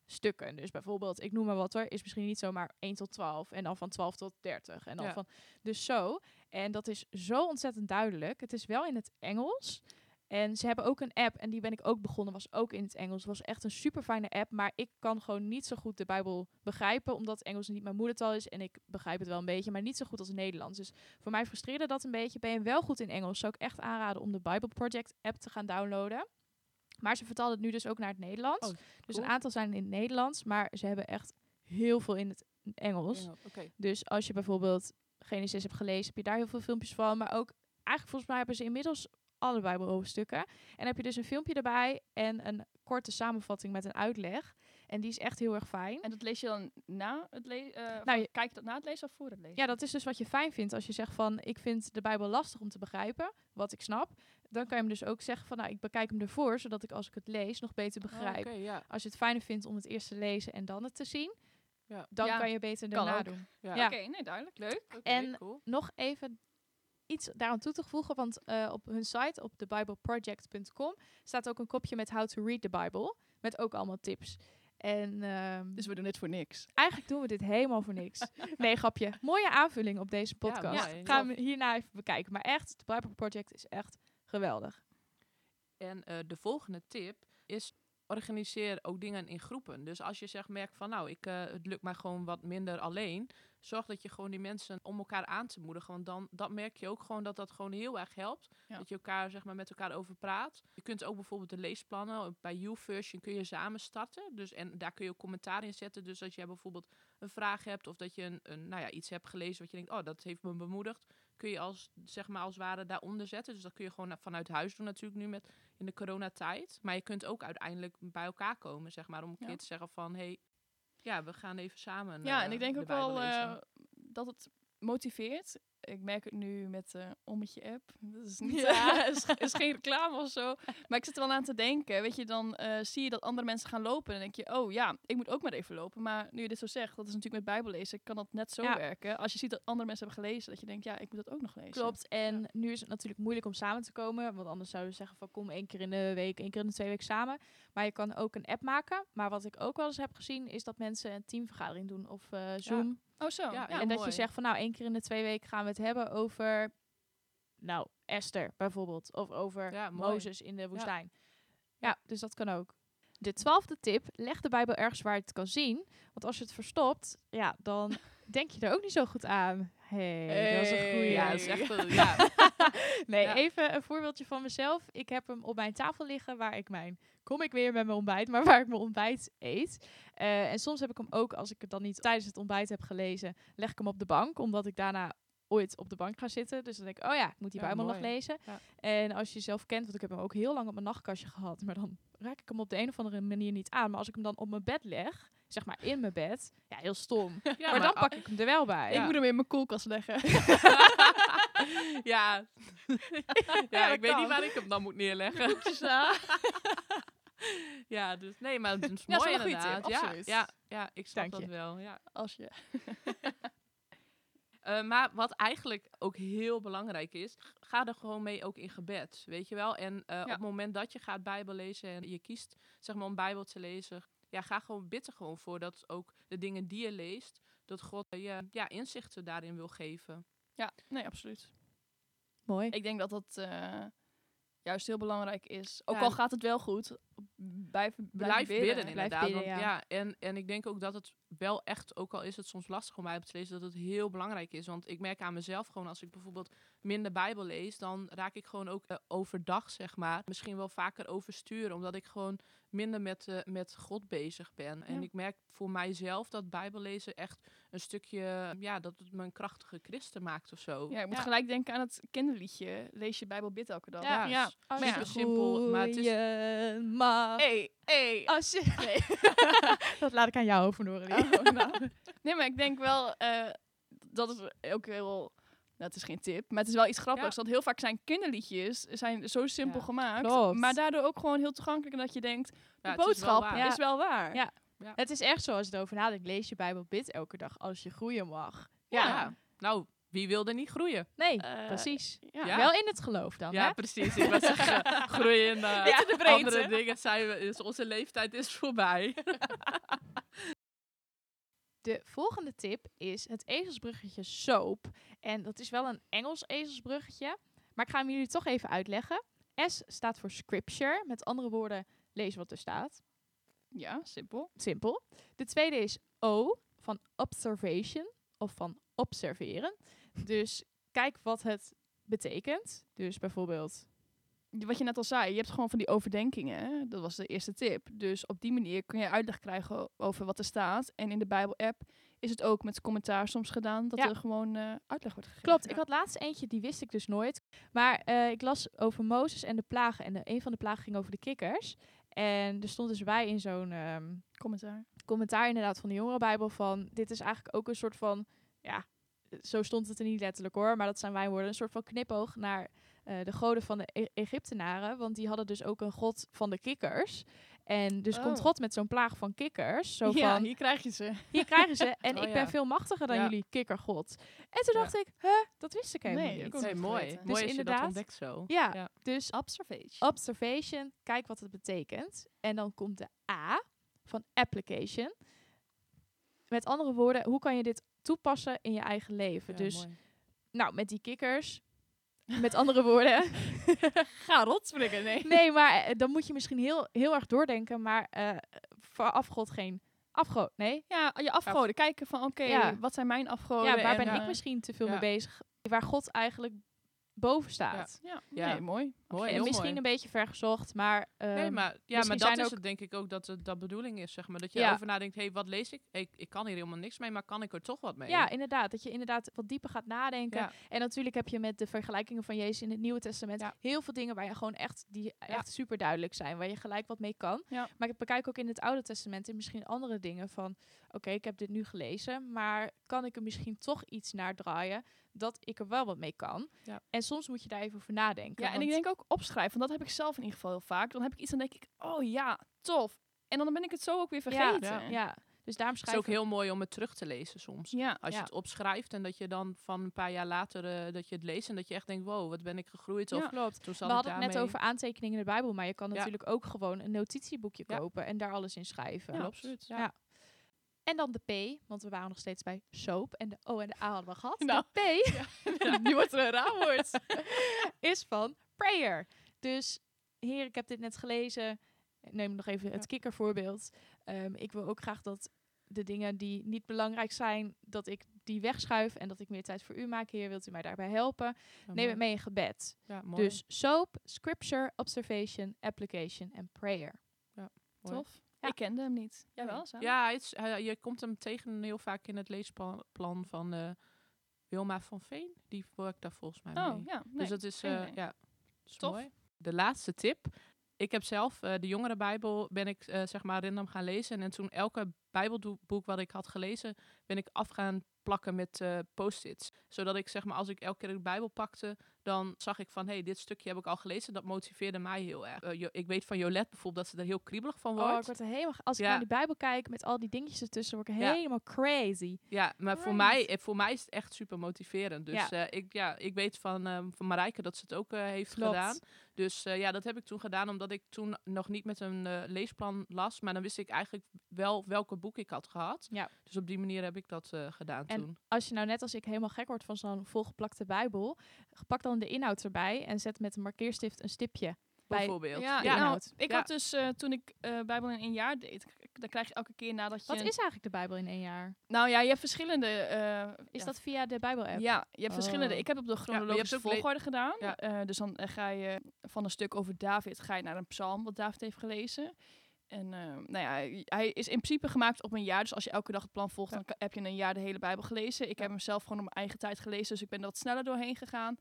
stukken. Dus bijvoorbeeld, ik noem maar wat hoor, is misschien niet zomaar 1 tot 12 en dan van 12 tot 30. En dan Ja. dus zo. En dat is zo ontzettend duidelijk. Het is wel in het Engels. En ze hebben ook een app en die ben ik ook begonnen, was ook in het Engels. Was echt een super fijne app, maar ik kan gewoon niet zo goed de Bijbel begrijpen, omdat Engels niet mijn moedertaal is. En ik begrijp het wel een beetje, maar niet zo goed als Nederlands. Dus voor mij frustreerde dat een beetje. Ben je wel goed in Engels, zou ik echt aanraden om de Bible Project app te gaan downloaden. Maar ze vertalen het nu dus ook naar het Nederlands. Oh, dus cool. een aantal zijn in het Nederlands, maar ze hebben echt heel veel in het Engels. Oké. Dus als je bijvoorbeeld Genesis hebt gelezen, heb je daar heel veel filmpjes van. Maar ook, eigenlijk volgens mij hebben ze inmiddels alle Bijbelhoofdstukken. En dan heb je dus een filmpje erbij en een korte samenvatting met een uitleg. En die is echt heel erg fijn. En dat lees je dan na het lezen? Nou, Kijk je dat na het lezen of voor het lezen? Ja, dat is dus wat je fijn vindt. Als je zegt van, ik vind de Bijbel lastig om te begrijpen, wat ik snap. Dan kan je hem dus ook zeggen van, nou, ik bekijk hem ervoor, zodat ik als ik het lees nog beter begrijp. Oké, ja. Als je het fijner vindt om het eerst te lezen en dan het te zien, Ja. dan Ja, kan je beter kan daarna ook. doen. Ja. Ja. Oké, nee, duidelijk. Leuk. Oké, En cool. nog even iets daaraan toe te voegen, want op hun site, op thebibleproject.com, staat ook een kopje met How to Read the Bible, met ook allemaal tips. En Dus we doen dit voor niks. eigenlijk doen we dit helemaal voor niks. Nee, grapje. Mooie aanvulling op deze podcast. mooi. Gaan we hierna even bekijken. Maar echt, de Bible Project is echt geweldig. En de volgende tip is, organiseer ook dingen in groepen. Dus als je merkt van, nou, het lukt mij gewoon wat minder alleen. Zorg dat je gewoon die mensen om elkaar aan te moedigen. Want dan dat merk je ook gewoon dat gewoon heel erg helpt. Ja. Dat je elkaar met elkaar over praat. Je kunt ook bijvoorbeeld de leesplannen. Bij YouVersion kun je samen starten. Dus, en daar kun je ook commentaar in zetten. Dus als jij bijvoorbeeld een vraag hebt of dat je iets hebt gelezen wat je denkt, oh, dat heeft me bemoedigd. Kun je als het ware daaronder zetten. Dus dat kun je gewoon vanuit huis doen natuurlijk nu in de coronatijd. Maar je kunt ook uiteindelijk bij elkaar komen, om een keer te zeggen van, hey, ja, we gaan even samen. Ja, en ik denk de ook Bijbel wel lezen. dat het motiveert. Ik merk het nu met de Ommetje-app. Dat is, niet, Ja. is geen reclame of zo. Maar ik zit er wel aan te denken. Weet je, dan zie je dat andere mensen gaan lopen. En dan denk je, oh ja, ik moet ook maar even lopen. Maar nu je dit zo zegt, dat is natuurlijk met Bijbellezen, kan dat net zo Ja. werken. Als je ziet dat andere mensen hebben gelezen, dat je denkt, ja, ik moet dat ook nog lezen. Klopt. En nu is het natuurlijk moeilijk om samen te komen. Want anders zouden we zeggen van, kom 1 keer in de week, 1 keer in de 2 weken samen. Maar je kan ook een app maken. Maar wat ik ook wel eens heb gezien, is dat mensen een teamvergadering doen. Of Zoom. Oh zo, Ja, ja. heel En dat mooi. je zegt van, nou, 1 keer in de 2 weken gaan we het hebben over, nou, Esther bijvoorbeeld. Of over Ja, mooi. Mozes in de woestijn. Ja, dus dat kan ook. De 12e tip, leg de Bijbel ergens waar je het kan zien. Want als je het verstopt, ja, dan denk je er ook niet zo goed aan. Hey, dat is een goeie. Ja, dat is echt ja. Nee, Ja. even een voorbeeldje van mezelf. Ik heb hem op mijn tafel liggen waar ik kom ik weer met mijn ontbijt, maar waar ik mijn ontbijt eet. En soms heb ik hem ook, als ik het dan niet tijdens het ontbijt heb gelezen, leg ik hem op de bank, omdat ik daarna ooit op de bank ga zitten. Dus dan denk ik, oh ja, ik moet die Ja, Bijbel nog mooi. lezen. Ja. En als je jezelf kent, want ik heb hem ook heel lang op mijn nachtkastje gehad, maar dan raak ik hem op de een of andere manier niet aan. Maar als ik hem dan op mijn bed leg, zeg maar in mijn bed, ja, heel stom. Ja, maar dan pak ik hem er wel bij. Ik moet hem in mijn koelkast leggen. ja. Ja, ik weet kan. niet waar ik hem dan moet neerleggen. Ja, dus nee, maar het is Ja, mooi is wel een goede inderdaad. tip, Ja, absoluut. ja, ik snap Dank dat je. wel. Ja. Als je... Maar wat eigenlijk ook heel belangrijk is, ga er gewoon mee ook in gebed, weet je wel. En op het moment dat je gaat Bijbel lezen en je kiest om Bijbel te lezen, ja, bid er gewoon voor dat ook de dingen die je leest, dat God je inzichten daarin wil geven. Ja, nee, absoluut. Mooi. Ik denk dat dat juist heel belangrijk is. Ook Ja. al gaat het wel goed, blijf Blijf bidden Blijf inderdaad. bidden, Want, ja. en ik denk ook dat het wel echt, ook al is het soms lastig om Bijbel te lezen, dat het heel belangrijk is. Want ik merk aan mezelf gewoon, als ik bijvoorbeeld minder Bijbel lees, dan raak ik gewoon ook overdag, misschien wel vaker oversturen, omdat ik gewoon minder met God bezig ben. En ik merk voor mijzelf dat Bijbel lezen echt een stukje, dat het me een krachtige christen maakt of zo. Ja, ik moet Ja. gelijk denken aan het kinderliedje. Lees je Bijbel, bid elke dag. Ja. Ja, Als super je simpel, maar het is... groeien mag. Hey. Als je... Dat laat ik aan jou over, Noralie. Oh, nou. Nee, maar ik denk wel, dat is ook heel... Nou, het is geen tip, maar het is wel iets grappigs. Ja. Want heel vaak zijn kinderliedjes zijn zo simpel Ja, gemaakt. klopt. Maar daardoor ook gewoon heel toegankelijk. En dat je denkt, de Ja, het is wel boodschap waar. is wel waar. Ja. Het is echt zo, als je erover nadenkt, lees je Bijbel, bid elke dag als je groeien mag. Ja. Nou, Wie wil er niet groeien? Nee, Eh, precies. Ja. Wel in het geloof dan, Ja, hè? precies. Ik was zeggen, groeien in Niet in de breedte. andere dingen zijn we, dus onze leeftijd is voorbij. De volgende tip is het ezelsbruggetje SOAP. En dat is wel een Engels ezelsbruggetje. Maar ik ga hem jullie toch even uitleggen. S staat voor scripture. Met andere woorden, lees wat er staat. Ja, simpel. Simpel. De tweede is O van observation. Of van observeren. Dus kijk wat het betekent. Dus bijvoorbeeld... Wat je net al zei, je hebt gewoon van die overdenkingen. Hè? Dat was de eerste tip. Dus op die manier kun je uitleg krijgen over wat er staat. En in de Bijbel-app is het ook met commentaar soms gedaan dat Ja. er gewoon uitleg wordt gegeven. Klopt, ik had laatst eentje, die wist ik dus nooit. Maar ik las over Mozes en de plagen. En een van de plagen ging over de kikkers. En er stond dus bij in zo'n Commentaar. commentaar inderdaad van de Jongerenbijbel van... Dit is eigenlijk ook een soort van... Ja, zo stond het er niet letterlijk hoor. Maar dat zijn mijn woorden. Een soort van knipoog naar de goden van de Egyptenaren. Want die hadden dus ook een god van de kikkers. En dus komt God met zo'n plaag van kikkers. Zo Ja, van, hier krijg je ze. hier krijgen ze. En Oh ik ja. ben veel machtiger dan Ja. jullie kikkergod. En toen Ja. dacht ik, dat wist ik helemaal Nee, niet. ik ook Nee, niet mooi. geweten. Mooi als je dat inderdaad- ontdekt zo. Ja, Ja. dus Observation. observation, kijk wat het betekent. En dan komt de A van application. Met andere woorden, hoe kan je dit toepassen in je eigen leven? Ja, Dus, mooi. nou, met die kikkers. Met andere woorden. Ga rotspringen, nee. Nee, maar dan moet je misschien heel erg doordenken. Maar voor afgod geen afgod. Nee. Ja, je afgoden. Kijken van, oké, Ja. wat zijn mijn afgoden? Ja, waar en, ben ik misschien te veel ja. mee bezig? Waar God eigenlijk boven staat. Ja, Ja. nee, mooi. Mooi, En heel misschien mooi. een beetje vergezocht, maar... Nee, maar, ja, misschien maar zijn dat is ook- het denk ik ook dat dat bedoeling is, zeg maar. Dat je Ja. over nadenkt, hé, wat lees ik? Ik kan hier helemaal niks mee, maar kan ik er toch wat mee? Ja, inderdaad. Dat je inderdaad wat dieper gaat nadenken. Ja. En natuurlijk heb je met de vergelijkingen van Jezus in het Nieuwe Testament Ja. heel veel dingen waar je gewoon echt super duidelijk zijn. Waar je gelijk wat mee kan. Ja. Maar ik bekijk ook in het Oude Testament en misschien andere dingen van... Oké, ik heb dit nu gelezen, maar kan ik er misschien toch iets naar draaien dat ik er wel wat mee kan? Ja. En soms moet je daar even over nadenken. Ja, en ik denk ook opschrijven, want dat heb ik zelf in ieder geval heel vaak. Dan heb ik iets en denk ik, oh ja, tof. En dan ben ik het zo ook weer vergeten. Ja, dus daarom Het is schrijf ook heel mooi om het terug te lezen soms. Ja. Als je Ja. het opschrijft en dat je dan van een paar jaar later dat je het leest en dat je echt denkt, wow, wat ben ik gegroeid. Of Ja. Klopt. toen zat We ik hadden het net daarmee. over aantekeningen in de Bijbel, maar je kan Ja. natuurlijk ook gewoon een notitieboekje Ja. kopen en daar alles in schrijven. Ja, Klopt. absoluut. Ja. Ja. En dan de P, want we waren nog steeds bij soap en de O en de A hadden we gehad. Nou. De P Nu wordt er een raar woord. is van prayer. Dus heer, ik heb dit net gelezen. Ik neem nog even het kikkervoorbeeld. Ik wil ook graag dat de dingen die niet belangrijk zijn, dat ik die wegschuif en dat ik meer tijd voor u maak. Heer, wilt u mij daarbij helpen? Ja, Neem mooi. het mee in gebed. Ja, mooi. Dus soap, scripture, observation, application en prayer. Mooi. Tof. Ja. Ik kende hem niet. Jij wel, Sam? Ja, je komt hem tegen heel vaak in het leesplan van Wilma van Veen. Die werkt daar volgens mij mee. Oh, ja. Nee. Dus dat is, geen idee. ja, dat is Tof. mooi. De laatste tip. Ik heb zelf de Jongerenbijbel ben ik zeg maar random gaan lezen. En toen elke Bijbelboek wat ik had gelezen, ben ik af gaan plakken met post-its. Zodat ik zeg maar, als ik elke keer de Bijbel pakte, dan zag ik van, dit stukje heb ik al gelezen. Dat motiveerde mij heel erg. Ik weet van Jolette bijvoorbeeld dat ze er heel kriebelig van wordt. Oh, ik word er helemaal... Als ik Ja. naar die Bijbel kijk met al die dingetjes ertussen, word ik Ja. helemaal crazy. Ja, maar voor mij is het echt super motiverend. Dus ik weet van Marijke dat ze het ook heeft Klopt. gedaan. Dus dat heb ik toen gedaan omdat ik toen nog niet met een leesplan las. Maar dan wist ik eigenlijk wel welke boek ik had gehad. Ja. Dus op die manier heb ik dat gedaan En toen. Als je nou net als ik helemaal gek wordt van zo'n volgeplakte Bijbel, pak dan de inhoud erbij en zet met een markeerstift een stipje bij. Bijvoorbeeld. Ja, de nou, inhoud. ik Ja. had dus toen ik Bijbel in 1 jaar deed, dan krijg je elke keer nadat je... Wat is eigenlijk de Bijbel in 1 jaar? Nou ja, je hebt verschillende... Is ja, dat via de Bijbel-app? Ja, je hebt verschillende. Oh. Ik heb op de hebt chronologische ook volgorde gedaan. Ja. Dus dan ga je van een stuk over David ga je naar een psalm wat David heeft gelezen. En hij is in principe gemaakt op een jaar. Dus als je elke dag het plan volgt, dan heb je in een jaar de hele Bijbel gelezen. Ik heb hem zelf gewoon op mijn eigen tijd gelezen, dus ik ben er wat sneller doorheen gegaan.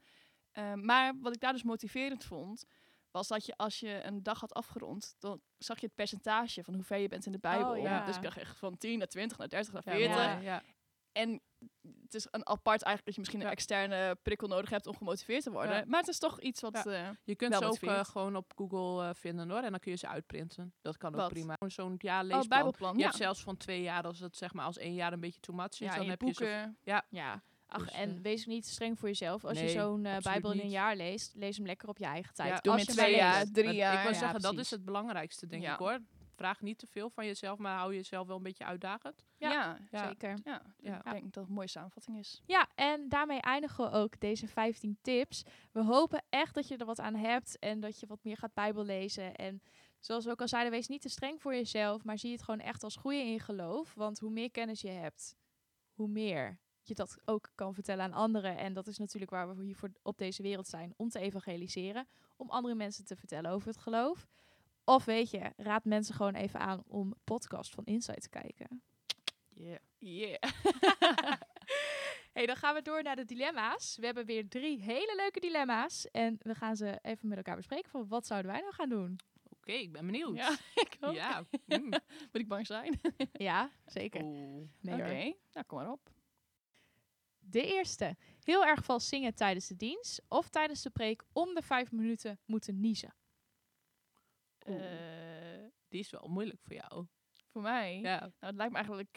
Maar wat ik daar dus motiverend vond, was dat je als je een dag had afgerond, dan zag je het percentage van hoe ver je bent in de Bijbel. Oh, ja. Dus ik dacht echt van 10 naar 20 naar 30 naar Ja, 40. mooi. Ja. En het is een apart eigenlijk dat je misschien een externe prikkel nodig hebt om gemotiveerd te worden. Ja. Maar het is toch iets wat... Je kunt wel ze ook motiveert. gewoon op Google vinden hoor. En dan kun je ze uitprinten. Dat kan ook Wat? prima. Zo'n leesplan. Bijbelplan. Je Ja. hebt zelfs van 2 jaar, als het zeg maar als 1 jaar een beetje too much is. Ja, dan en je heb je zo. boeken. Ja. Ach, Dus, en wees niet streng voor jezelf. Als je nee, zo'n absoluut Bijbel in een niet. jaar leest, lees hem lekker op je eigen tijd. Ja, Doe Als met je maar 2 jaar, leest. 3 Ik jaar. wil Ja, zeggen, dat precies. is het belangrijkste, denk Ja. ik hoor. Vraag niet te veel van jezelf, maar hou jezelf wel een beetje uitdagend. Ja, Ja. Zeker. ja. Ja. Ik denk dat het een mooie samenvatting is. Ja, en daarmee eindigen we ook deze 15 tips. We hopen echt dat je er wat aan hebt en dat je wat meer gaat Bijbel lezen. En zoals we ook al zeiden, wees niet te streng voor jezelf, maar zie het gewoon echt als groeien in je geloof. Want hoe meer kennis je hebt, hoe meer je dat ook kan vertellen aan anderen. En dat is natuurlijk waar we hier voor op deze wereld zijn, om te evangeliseren. Om andere mensen te vertellen over het geloof. Of weet je, raad mensen gewoon even aan om podcast van Insight te kijken. Yeah. Yeah. Hey, dan gaan we door naar de dilemma's. We hebben weer 3 hele leuke dilemma's. En we gaan ze even met elkaar bespreken van wat zouden wij nou gaan doen. Oké, ik ben benieuwd. Ja, ik ook. Ja. Moet ik bang zijn? Ja, zeker. Oeh. Nee, Oké, hoor. nou kom maar op. De eerste. Heel erg vals zingen tijdens de dienst of tijdens de preek om de 5 minuten moeten niezen. Oeh. Eh, Die is wel moeilijk voor jou. voor mij? Ja. Nou, het lijkt me eigenlijk...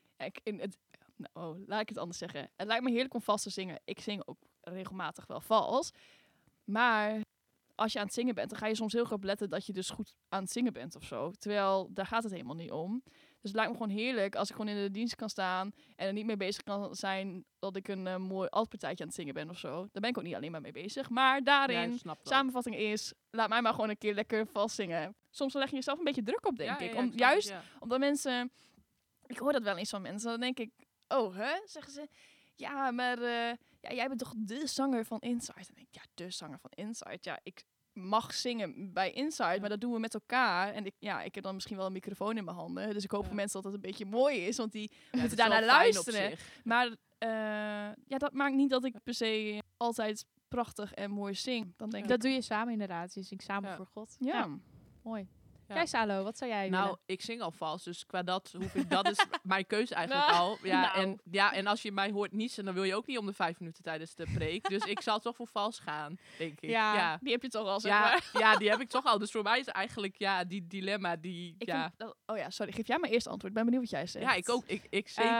laat ik het anders zeggen. Het lijkt me heerlijk om vals te zingen. Ik zing ook regelmatig wel vals. Maar als je aan het zingen bent, dan ga je soms heel erg letten dat je dus goed aan het zingen bent of zo. Terwijl, daar gaat het helemaal niet om. Dus het lijkt me gewoon heerlijk als ik gewoon in de dienst kan staan en er niet mee bezig kan zijn dat ik een mooi altpartijtje aan het zingen ben of zo. Daar ben ik ook niet alleen maar mee bezig. Maar daarin, Ja, snap dat. samenvatting is, laat mij maar gewoon een keer lekker vals zingen. Soms leg je jezelf een beetje druk op, denk Ja, ik. ja, Om, snap het, juist ja. omdat mensen... Ik hoor dat wel eens van mensen. Dan denk ik, oh, hè? Zeggen ze, ja, maar jij bent toch de zanger van Insight? En dan denk ik, ja, de zanger van Insight. Ja, ik mag zingen bij Insight, maar dat doen we met elkaar. En ik heb dan misschien wel een microfoon in mijn handen. Dus ik hoop Ja. voor mensen dat het een beetje mooi is, want die Ja, het moeten is daarnaar wel fijn op luisteren. zich. Maar dat maakt niet dat ik per se altijd prachtig en mooi zing. Dan denk Dat ik, doe je samen inderdaad. Je zingt samen Ja. voor God. ja. Mooi. Ja. Jij, Salo, wat zou jij Nou, willen? ik zing al vals, dus qua dat hoef ik... Dat is mijn keuze eigenlijk Nou, al. Ja, nou. en als je mij hoort niezen, dan wil je ook niet om de 5 minuten tijdens de preek. Dus ik zal toch voor vals gaan, denk ik. Ja. Ja. Die heb je toch al, zeg Ja, maar. ja, die heb ik toch al. Dus voor mij is eigenlijk die dilemma die... Ik Ja, vind dat- oh ja, sorry. Geef jij maar eerst antwoord. Ik ben benieuwd wat jij zegt. ja, ik ook. Ik zeker.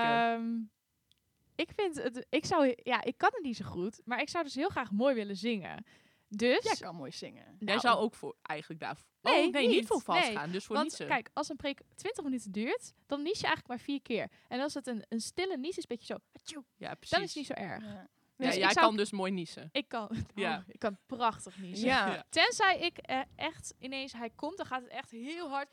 Ik vind het... Ik kan het niet zo goed, maar ik zou dus heel graag mooi willen zingen. Dus... Jij kan mooi zingen. Jij nou, zou ook voor eigenlijk daar... Nee, oh, nee, niet. niet voor vals Nee, gaan. Dus voor Want niezen. kijk, als een preek 20 minuten duurt, dan nies je eigenlijk maar 4 keer. En als het een stille nies is, een beetje zo, atjoe, Ja, precies. dan is het niet zo erg. Ja. Ja, Dus jij ik zou- kan dus mooi niezen. Ik kan, Ja. ik kan prachtig niezen. Ja. Ja. Tenzij ik echt ineens, hij komt, dan gaat het echt heel hard.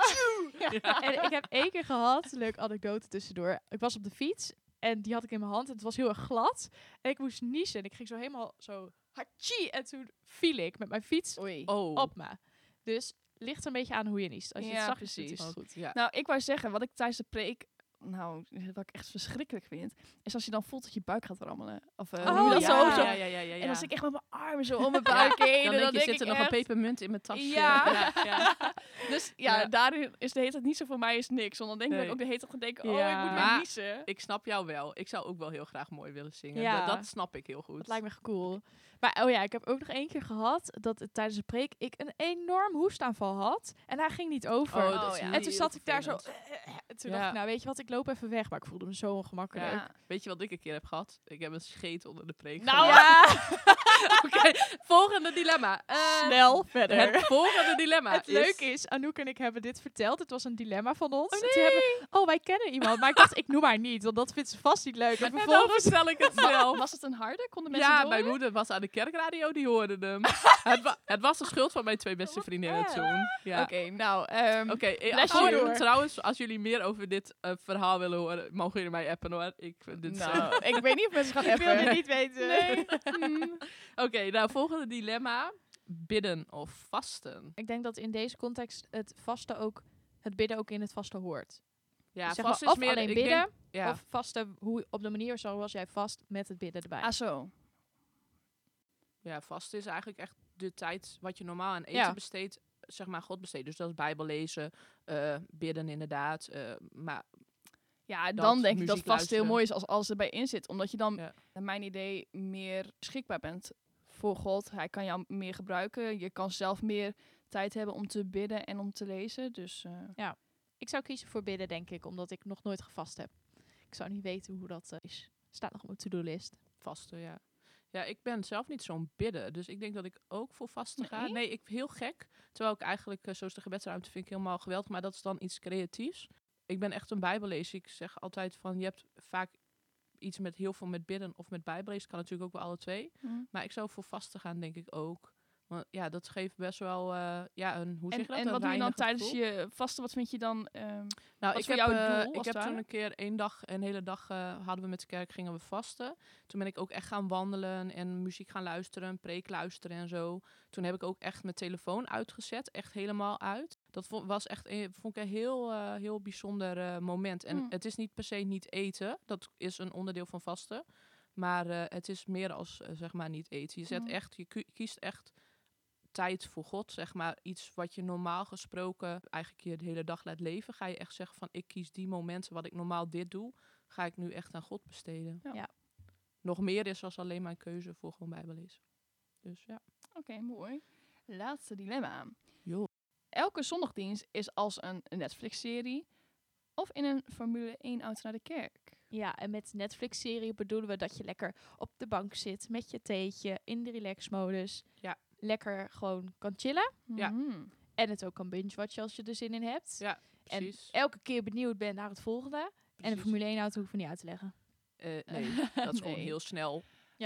Ja. En ik heb 1 keer gehad, leuk anekdote tussendoor. Ik was op de fiets en die had ik in mijn hand en het was heel erg glad. En ik moest niezen en ik ging zo helemaal zo, hatchie, en toen viel ik met mijn fiets Oei. Oh. op me. Dus ligt er een beetje aan hoe je niest. Als je Ja, het zacht precies. doet, is het goed. Ja. Nou, ik wou zeggen, wat ik tijdens de preek... Nou, wat ik echt verschrikkelijk vind... is als je dan voelt dat je buik gaat rammelen. Of hoe noem je dat ja. zo? Ja, ja, ja, ja, ja. En dan zit ik echt met mijn armen zo om mijn buik heen. Dan en denk je, zit ik er nog een echt- pepermunt in mijn tasje. Ja. ja. Dus ja, Ja. daarin is de hele tijd niet zo voor mij is niks. Want dan denk ik dat Nee. ik ook de hele tijd ga denken... Ja. Oh, ik moet weer Maar- niezen. Ik snap jou wel. Ik zou ook wel heel graag mooi willen zingen. Ja. Dat snap ik heel goed. Dat lijkt me cool. Maar oh ja, ik heb ook nog 1 keer gehad dat het tijdens de preek ik een enorm hoestaanval had. En hij ging niet over. Oh, Oh, dat is ja. En toen heel zat ik daar zo... vervelend. En toen Ja. dacht ik, nou weet je wat, ik loop even weg. Maar ik voelde me zo ongemakkelijk. Ja. Weet je wat ik een keer heb gehad? Ik heb een scheet onder de preek Nou, gehad. Oké, volgende dilemma. Snel verder. Het volgende dilemma Het is... leuke is, Anouk en ik hebben dit verteld. Het was een dilemma van ons. Oh, En toen hebben we, wij kennen iemand. Maar ik dacht, ik noem haar niet, want dat vindt ze vast niet leuk. En En dan vervolgens... vertel ik het zelf. Was het een harde? Konden mensen Ja, het mijn horen? moeder was aan de kerkradio, die hoorde hem. Het was de schuld van mijn 2 beste vriendinnen erg. toen. Ja. Oké, nou... Oké, bless als you. jullie- trouwens, als jullie meer over dit verhaal willen horen, mogen jullie mij appen hoor. Ik vind dit Nou, ik weet niet of mensen gaan Ik wil dit appen. niet weten. Nee. Oké, nou, volgende dilemma. Bidden of vasten? Ik denk dat in deze context het bidden ook in het vasten hoort. Ja, Dus zeg vasten maar, is of meer... alleen ik bidden, denk- ja. of vasten op de manier zoals jij vast met het bidden erbij. Ah, zo. Ja, vasten is eigenlijk echt de tijd wat je normaal aan eten Ja. besteedt, zeg maar God besteedt. Dus dat is Bijbel lezen, bidden inderdaad. Maar Ja, Dat, dan denk ik dat muziek vast heel luisteren. mooi is als alles erbij in zit. Omdat je dan, Ja. naar mijn idee, meer beschikbaar bent voor God. Hij kan jou meer gebruiken. Je kan zelf meer tijd hebben om te bidden en om te lezen. Dus Ik zou kiezen voor bidden, denk ik, omdat ik nog nooit gevast heb. Ik zou niet weten hoe dat is. Staat nog op mijn to-do-list. Vasten, ja. Ja, ik ben zelf niet zo'n bidder. Dus ik denk dat ik ook voor vasten ga. Nee? Nee, ik heel gek. Terwijl ik eigenlijk, zoals de gebedsruimte vind ik helemaal geweldig. Maar dat is dan iets creatiefs. Ik ben echt een bijbellezer. Ik zeg altijd van, je hebt vaak iets met heel veel met bidden of met bijbellezen. Kan natuurlijk ook wel alle twee. Maar ik zou voor vasten gaan, denk ik ook. Want ja, dat geeft best wel hoe zeg je dat? En Een wat doe je dan reinigend tijdens gevoel. je vasten? Wat vind je dan... Nou, Wat ik voor heb, jou het doel, ik als heb het toen ware? een keer een hele dag hadden we met de kerk, gingen we vasten. Toen ben ik ook echt gaan wandelen en muziek gaan luisteren, preek luisteren en zo. Toen heb ik ook echt mijn telefoon uitgezet, echt helemaal uit. Dat was echt, vond ik een heel bijzonder moment. En het is niet per se niet eten, dat is een onderdeel van vasten. Maar het is meer als, zeg maar, niet eten. Je zet echt, je kiest echt tijd voor God, zeg maar. Iets wat je normaal gesproken eigenlijk je de hele dag laat leven. Ga je echt zeggen van, ik kies die momenten wat ik normaal dit doe, ga ik nu echt aan God besteden. Ja. Nog meer is als alleen mijn keuze voor gewoon bijbellezen. Dus ja. Oké, mooi. Laatste dilemma. Jo. Elke zondagdienst is als een Netflix-serie of in een Formule 1-auto naar de kerk. Ja, en met Netflix-serie bedoelen we dat je lekker op de bank zit met je theetje in de relax-modus. Ja. Lekker gewoon kan chillen. Ja. Mhm. En het ook kan binge-watchen als je er zin in hebt. Ja, precies. En elke keer benieuwd bent naar het volgende. En een Precies. Formule 1-auto hoeven we niet uit te leggen. Nee, dat is gewoon Nee. heel snel.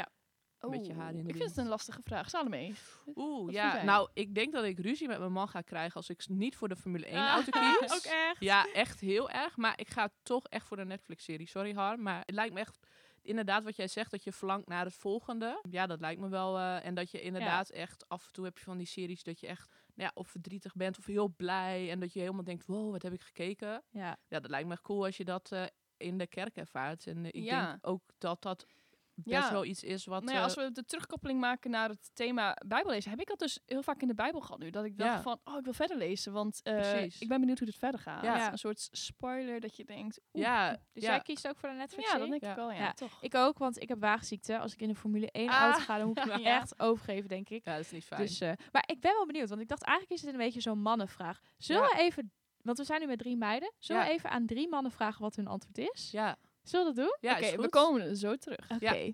Met je Oeh, haar in de ik vind wind. het een lastige vraag. Salome. Oeh, Wat ja. vind jij? Nou, ik denk dat ik ruzie met mijn man ga krijgen als ik niet voor de Formule 1-auto kies. Ook echt? Ja, echt heel erg. Maar ik ga toch echt voor de Netflix-serie. Sorry, Har. Maar het lijkt me echt, inderdaad, wat jij zegt, dat je verlangt naar het volgende. Ja, dat lijkt me wel. En dat je inderdaad echt, af en toe heb je van die series dat je echt, of verdrietig bent of heel blij. En dat je helemaal denkt, wow, wat heb ik gekeken. Ja. Ja, dat lijkt me echt cool als je dat in de kerk ervaart. En ik Ja. denk ook dat dat best Ja. wel iets is wat... Nou ja, als we de terugkoppeling maken naar het thema Bijbellezen, heb ik dat dus heel vaak in de Bijbel gehad nu. Dat ik dacht Ja. van, ik wil verder lezen, want Precies. ik ben benieuwd hoe dit verder gaat. Ja. Een soort spoiler dat je denkt, ja, Dus ja. jij kiest ook voor de Netflix? ja, dat denk Ja. ik wel, ja. Ja. Toch. Ik ook, want ik heb wagenziekte. Als ik in de Formule 1-auto Ah. ga, dan moet ik me Ja. echt overgeven, denk ik. Ja, dat is niet fijn. Dus, maar ik ben wel benieuwd, want ik dacht eigenlijk is het een beetje zo'n mannenvraag. Zullen we even, want we zijn nu met 3 meiden, zullen Ja. we even aan 3 mannen vragen wat hun antwoord is? ja, Zullen we dat doen? ja, Oké, is we goed. komen er zo terug. Oké.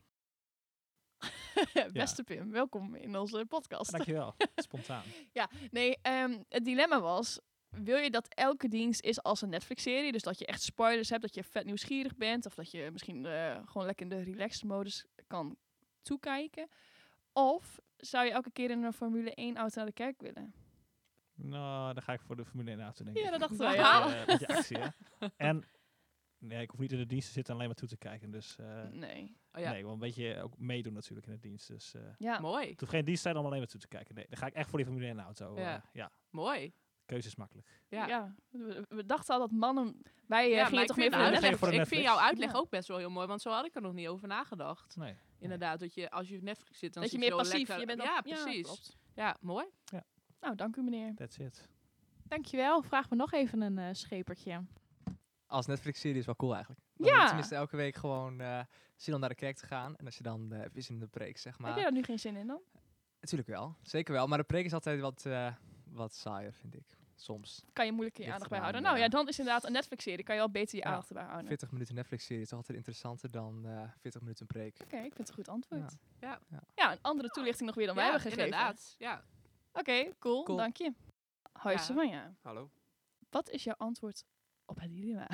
Beste Pim, welkom in onze podcast. Dankjewel. Spontaan. Nee, het dilemma was, wil je dat elke dienst is als een Netflix-serie? Dus dat je echt spoilers hebt, dat je vet nieuwsgierig bent. Of dat je misschien gewoon lekker in de relaxed modus kan toekijken. Of zou je elke keer in een Formule 1-auto naar de kerk willen? Nou, dan ga ik voor de Formule 1 auto, denk ik. Ja, dat dachten wij, wij ja. al. Een beetje actie, hè. En nee, ik hoef niet in de dienst te zitten en alleen maar toe te kijken. Dus Nee. Oh, ja. nee, wel een beetje ook meedoen natuurlijk in de dienst. Dus Ja. Mooi, het hoeft geen dienst zijn om alleen maar toe te kijken. Nee, dan ga ik echt voor die Formule 1 auto. Ja. Ja, mooi. keuze is makkelijk. Ja. Ja. We dachten al dat mannen... Wij Ja, gingen maar toch ik meer vind voor de de de Netflix. uitleg- voor de ik vind Netflix. jouw uitleg Ja. ook best wel heel mooi, want zo had ik er nog niet over nagedacht. Nee. Inderdaad, dat je als je op Netflix zit, dan Dat je zit meer zo passief, lekker- je bent ja, op- precies. klopt. Ja, mooi. Nou, dank u meneer. That's it. Dankjewel. Vraag me nog even een schepertje. Als Netflix-serie is wel cool eigenlijk. Dan Ja. heb je tenminste elke week gewoon zin om naar de kerk te gaan. En als je dan even zin in de preek, zeg Heb maar. je daar nu geen zin in dan? Natuurlijk wel, zeker wel. Maar de preek is altijd wat saaier, vind ik. Soms. Kan je moeilijk je Ligt aandacht bij eraan, houden. Nou ja, ja. dan is inderdaad een Netflix-serie. Kan je al beter je Ja. aandacht erbij houden. 40 minuten Netflix-serie is toch altijd interessanter dan 40 minuten preek. Oké, ik vind het een goed antwoord. Ja. Ja, een andere toelichting nog weer dan wij Ja, hebben gegeven. inderdaad. Ja. Oké, cool, Cool. dank je. Hoi Ja. Savanja, Hallo. wat is jouw antwoord op het dilemma?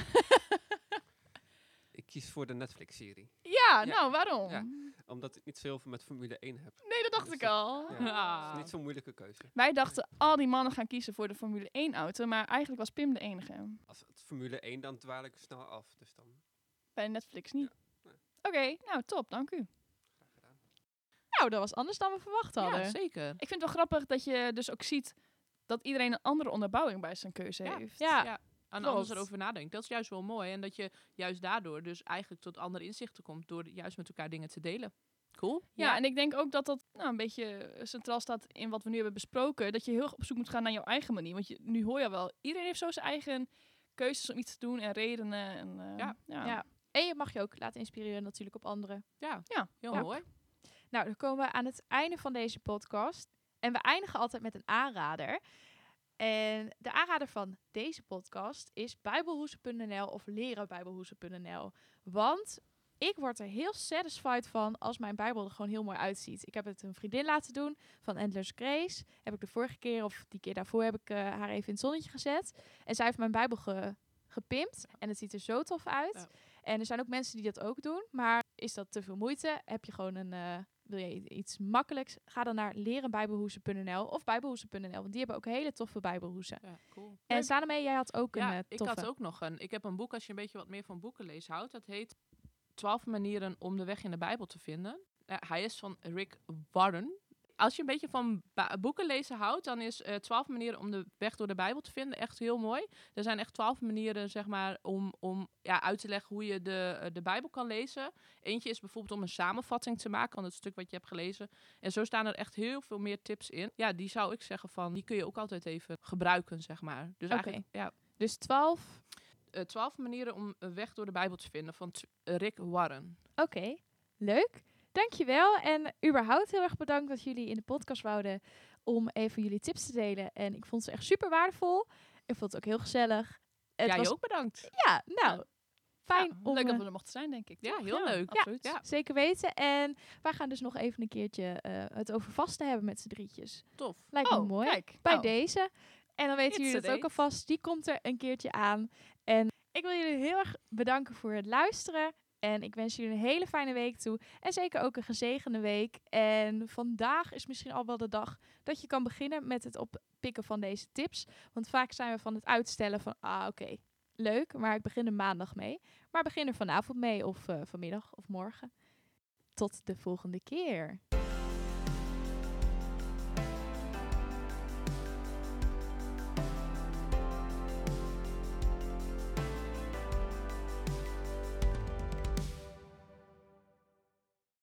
Ik kies voor de Netflix-serie. Ja, Ja. nou waarom? Ja. Omdat ik niet zo heel veel met Formule 1 heb. Nee, dat dacht Dus ik dat- al. Ja, Ah. dat is niet zo'n moeilijke keuze. Wij dachten al die mannen gaan kiezen voor de Formule 1-auto, maar eigenlijk was Pim de enige. Als het Formule 1, dan dwaal ik snel af. Dus dan Bij Netflix niet. Ja, nee. Oké, nou top, dank u. graag gedaan. Nou, dat was anders dan we verwacht hadden. Ja, zeker. Ik vind het wel grappig dat je dus ook ziet dat iedereen een andere onderbouwing bij zijn keuze Ja. heeft. Ja. Ja. En Klopt. anders erover nadenkt. Dat is juist wel mooi. En dat je juist daardoor dus eigenlijk tot andere inzichten komt. Door juist met elkaar dingen te delen. Cool. Ja, en ik denk ook dat dat nou, een beetje centraal staat in wat we nu hebben besproken. Dat je heel erg op zoek moet gaan naar jouw eigen manier. Want nu hoor je wel, iedereen heeft zo zijn eigen keuzes om iets te doen en redenen. En, Ja. Ja. En je mag je ook laten inspireren natuurlijk op anderen. Ja, Ja. heel Ja. mooi. Nou, dan komen we aan het einde van deze podcast. En we eindigen altijd met een aanrader. En de aanrader van deze podcast is bijbelhoesen.nl of lerenbijbelhoesen.nl. Want ik word er heel satisfied van als mijn Bijbel er gewoon heel mooi uitziet. Ik heb het een vriendin laten doen van Endless Grace. Heb ik de vorige keer of die keer daarvoor heb ik haar even in het zonnetje gezet. En zij heeft mijn Bijbel gepimpt. En het ziet er zo tof uit. Ja. En er zijn ook mensen die dat ook doen. Maar is dat te veel moeite? Heb je gewoon wil je iets makkelijks? Ga dan naar lerenbijbelhoesen.nl of bijbelhoesen.nl. Want die hebben ook hele toffe Bijbelhoesen. Ja, cool. En Salome, jij had ook Ja, een ik toffe. had ook nog een. Ik heb een boek, als je een beetje wat meer van boeken lezen houdt. Dat heet 12 manieren om de weg in de Bijbel te vinden. Hij is van Rick Warren. Als je een beetje van boeken lezen houdt, dan is 12 manieren om de weg door de Bijbel te vinden echt heel mooi. Er zijn echt 12 manieren, zeg maar, om uit te leggen hoe je de Bijbel kan lezen. Eentje is bijvoorbeeld om een samenvatting te maken van het stuk wat je hebt gelezen. En zo staan er echt heel veel meer tips in. Ja, die zou ik zeggen van, die kun je ook altijd even gebruiken, zeg maar. Dus eigenlijk, ja, Dus 12. 12 manieren om een weg door de Bijbel te vinden van Rick Warren. Oké, leuk. Dankjewel. En überhaupt heel erg bedankt dat jullie in de podcast wouden om even jullie tips te delen. En ik vond ze echt super waardevol. Ik vond het ook heel gezellig. Het Jij was, ook bedankt. Ja, nou, Ja. fijn Ja, om... leuk dat we er mochten zijn, denk ik. Ja, toch? heel leuk. Absoluut. Ja, Zeker weten. En wij gaan dus nog even een keertje het over vasten hebben met z'n drietjes. tof. Lijkt me mooi. Kijk. Bij nou, deze. En dan weten It's jullie a het ook date. alvast. Die komt er een keertje aan. En ik wil jullie heel erg bedanken voor het luisteren. En ik wens jullie een hele fijne week toe. En zeker ook een gezegende week. En vandaag is misschien al wel de dag dat je kan beginnen met het oppikken van deze tips. Want vaak zijn we van het uitstellen van, oké, leuk, maar ik begin er maandag mee. Maar begin er vanavond mee of vanmiddag of morgen. Tot de volgende keer.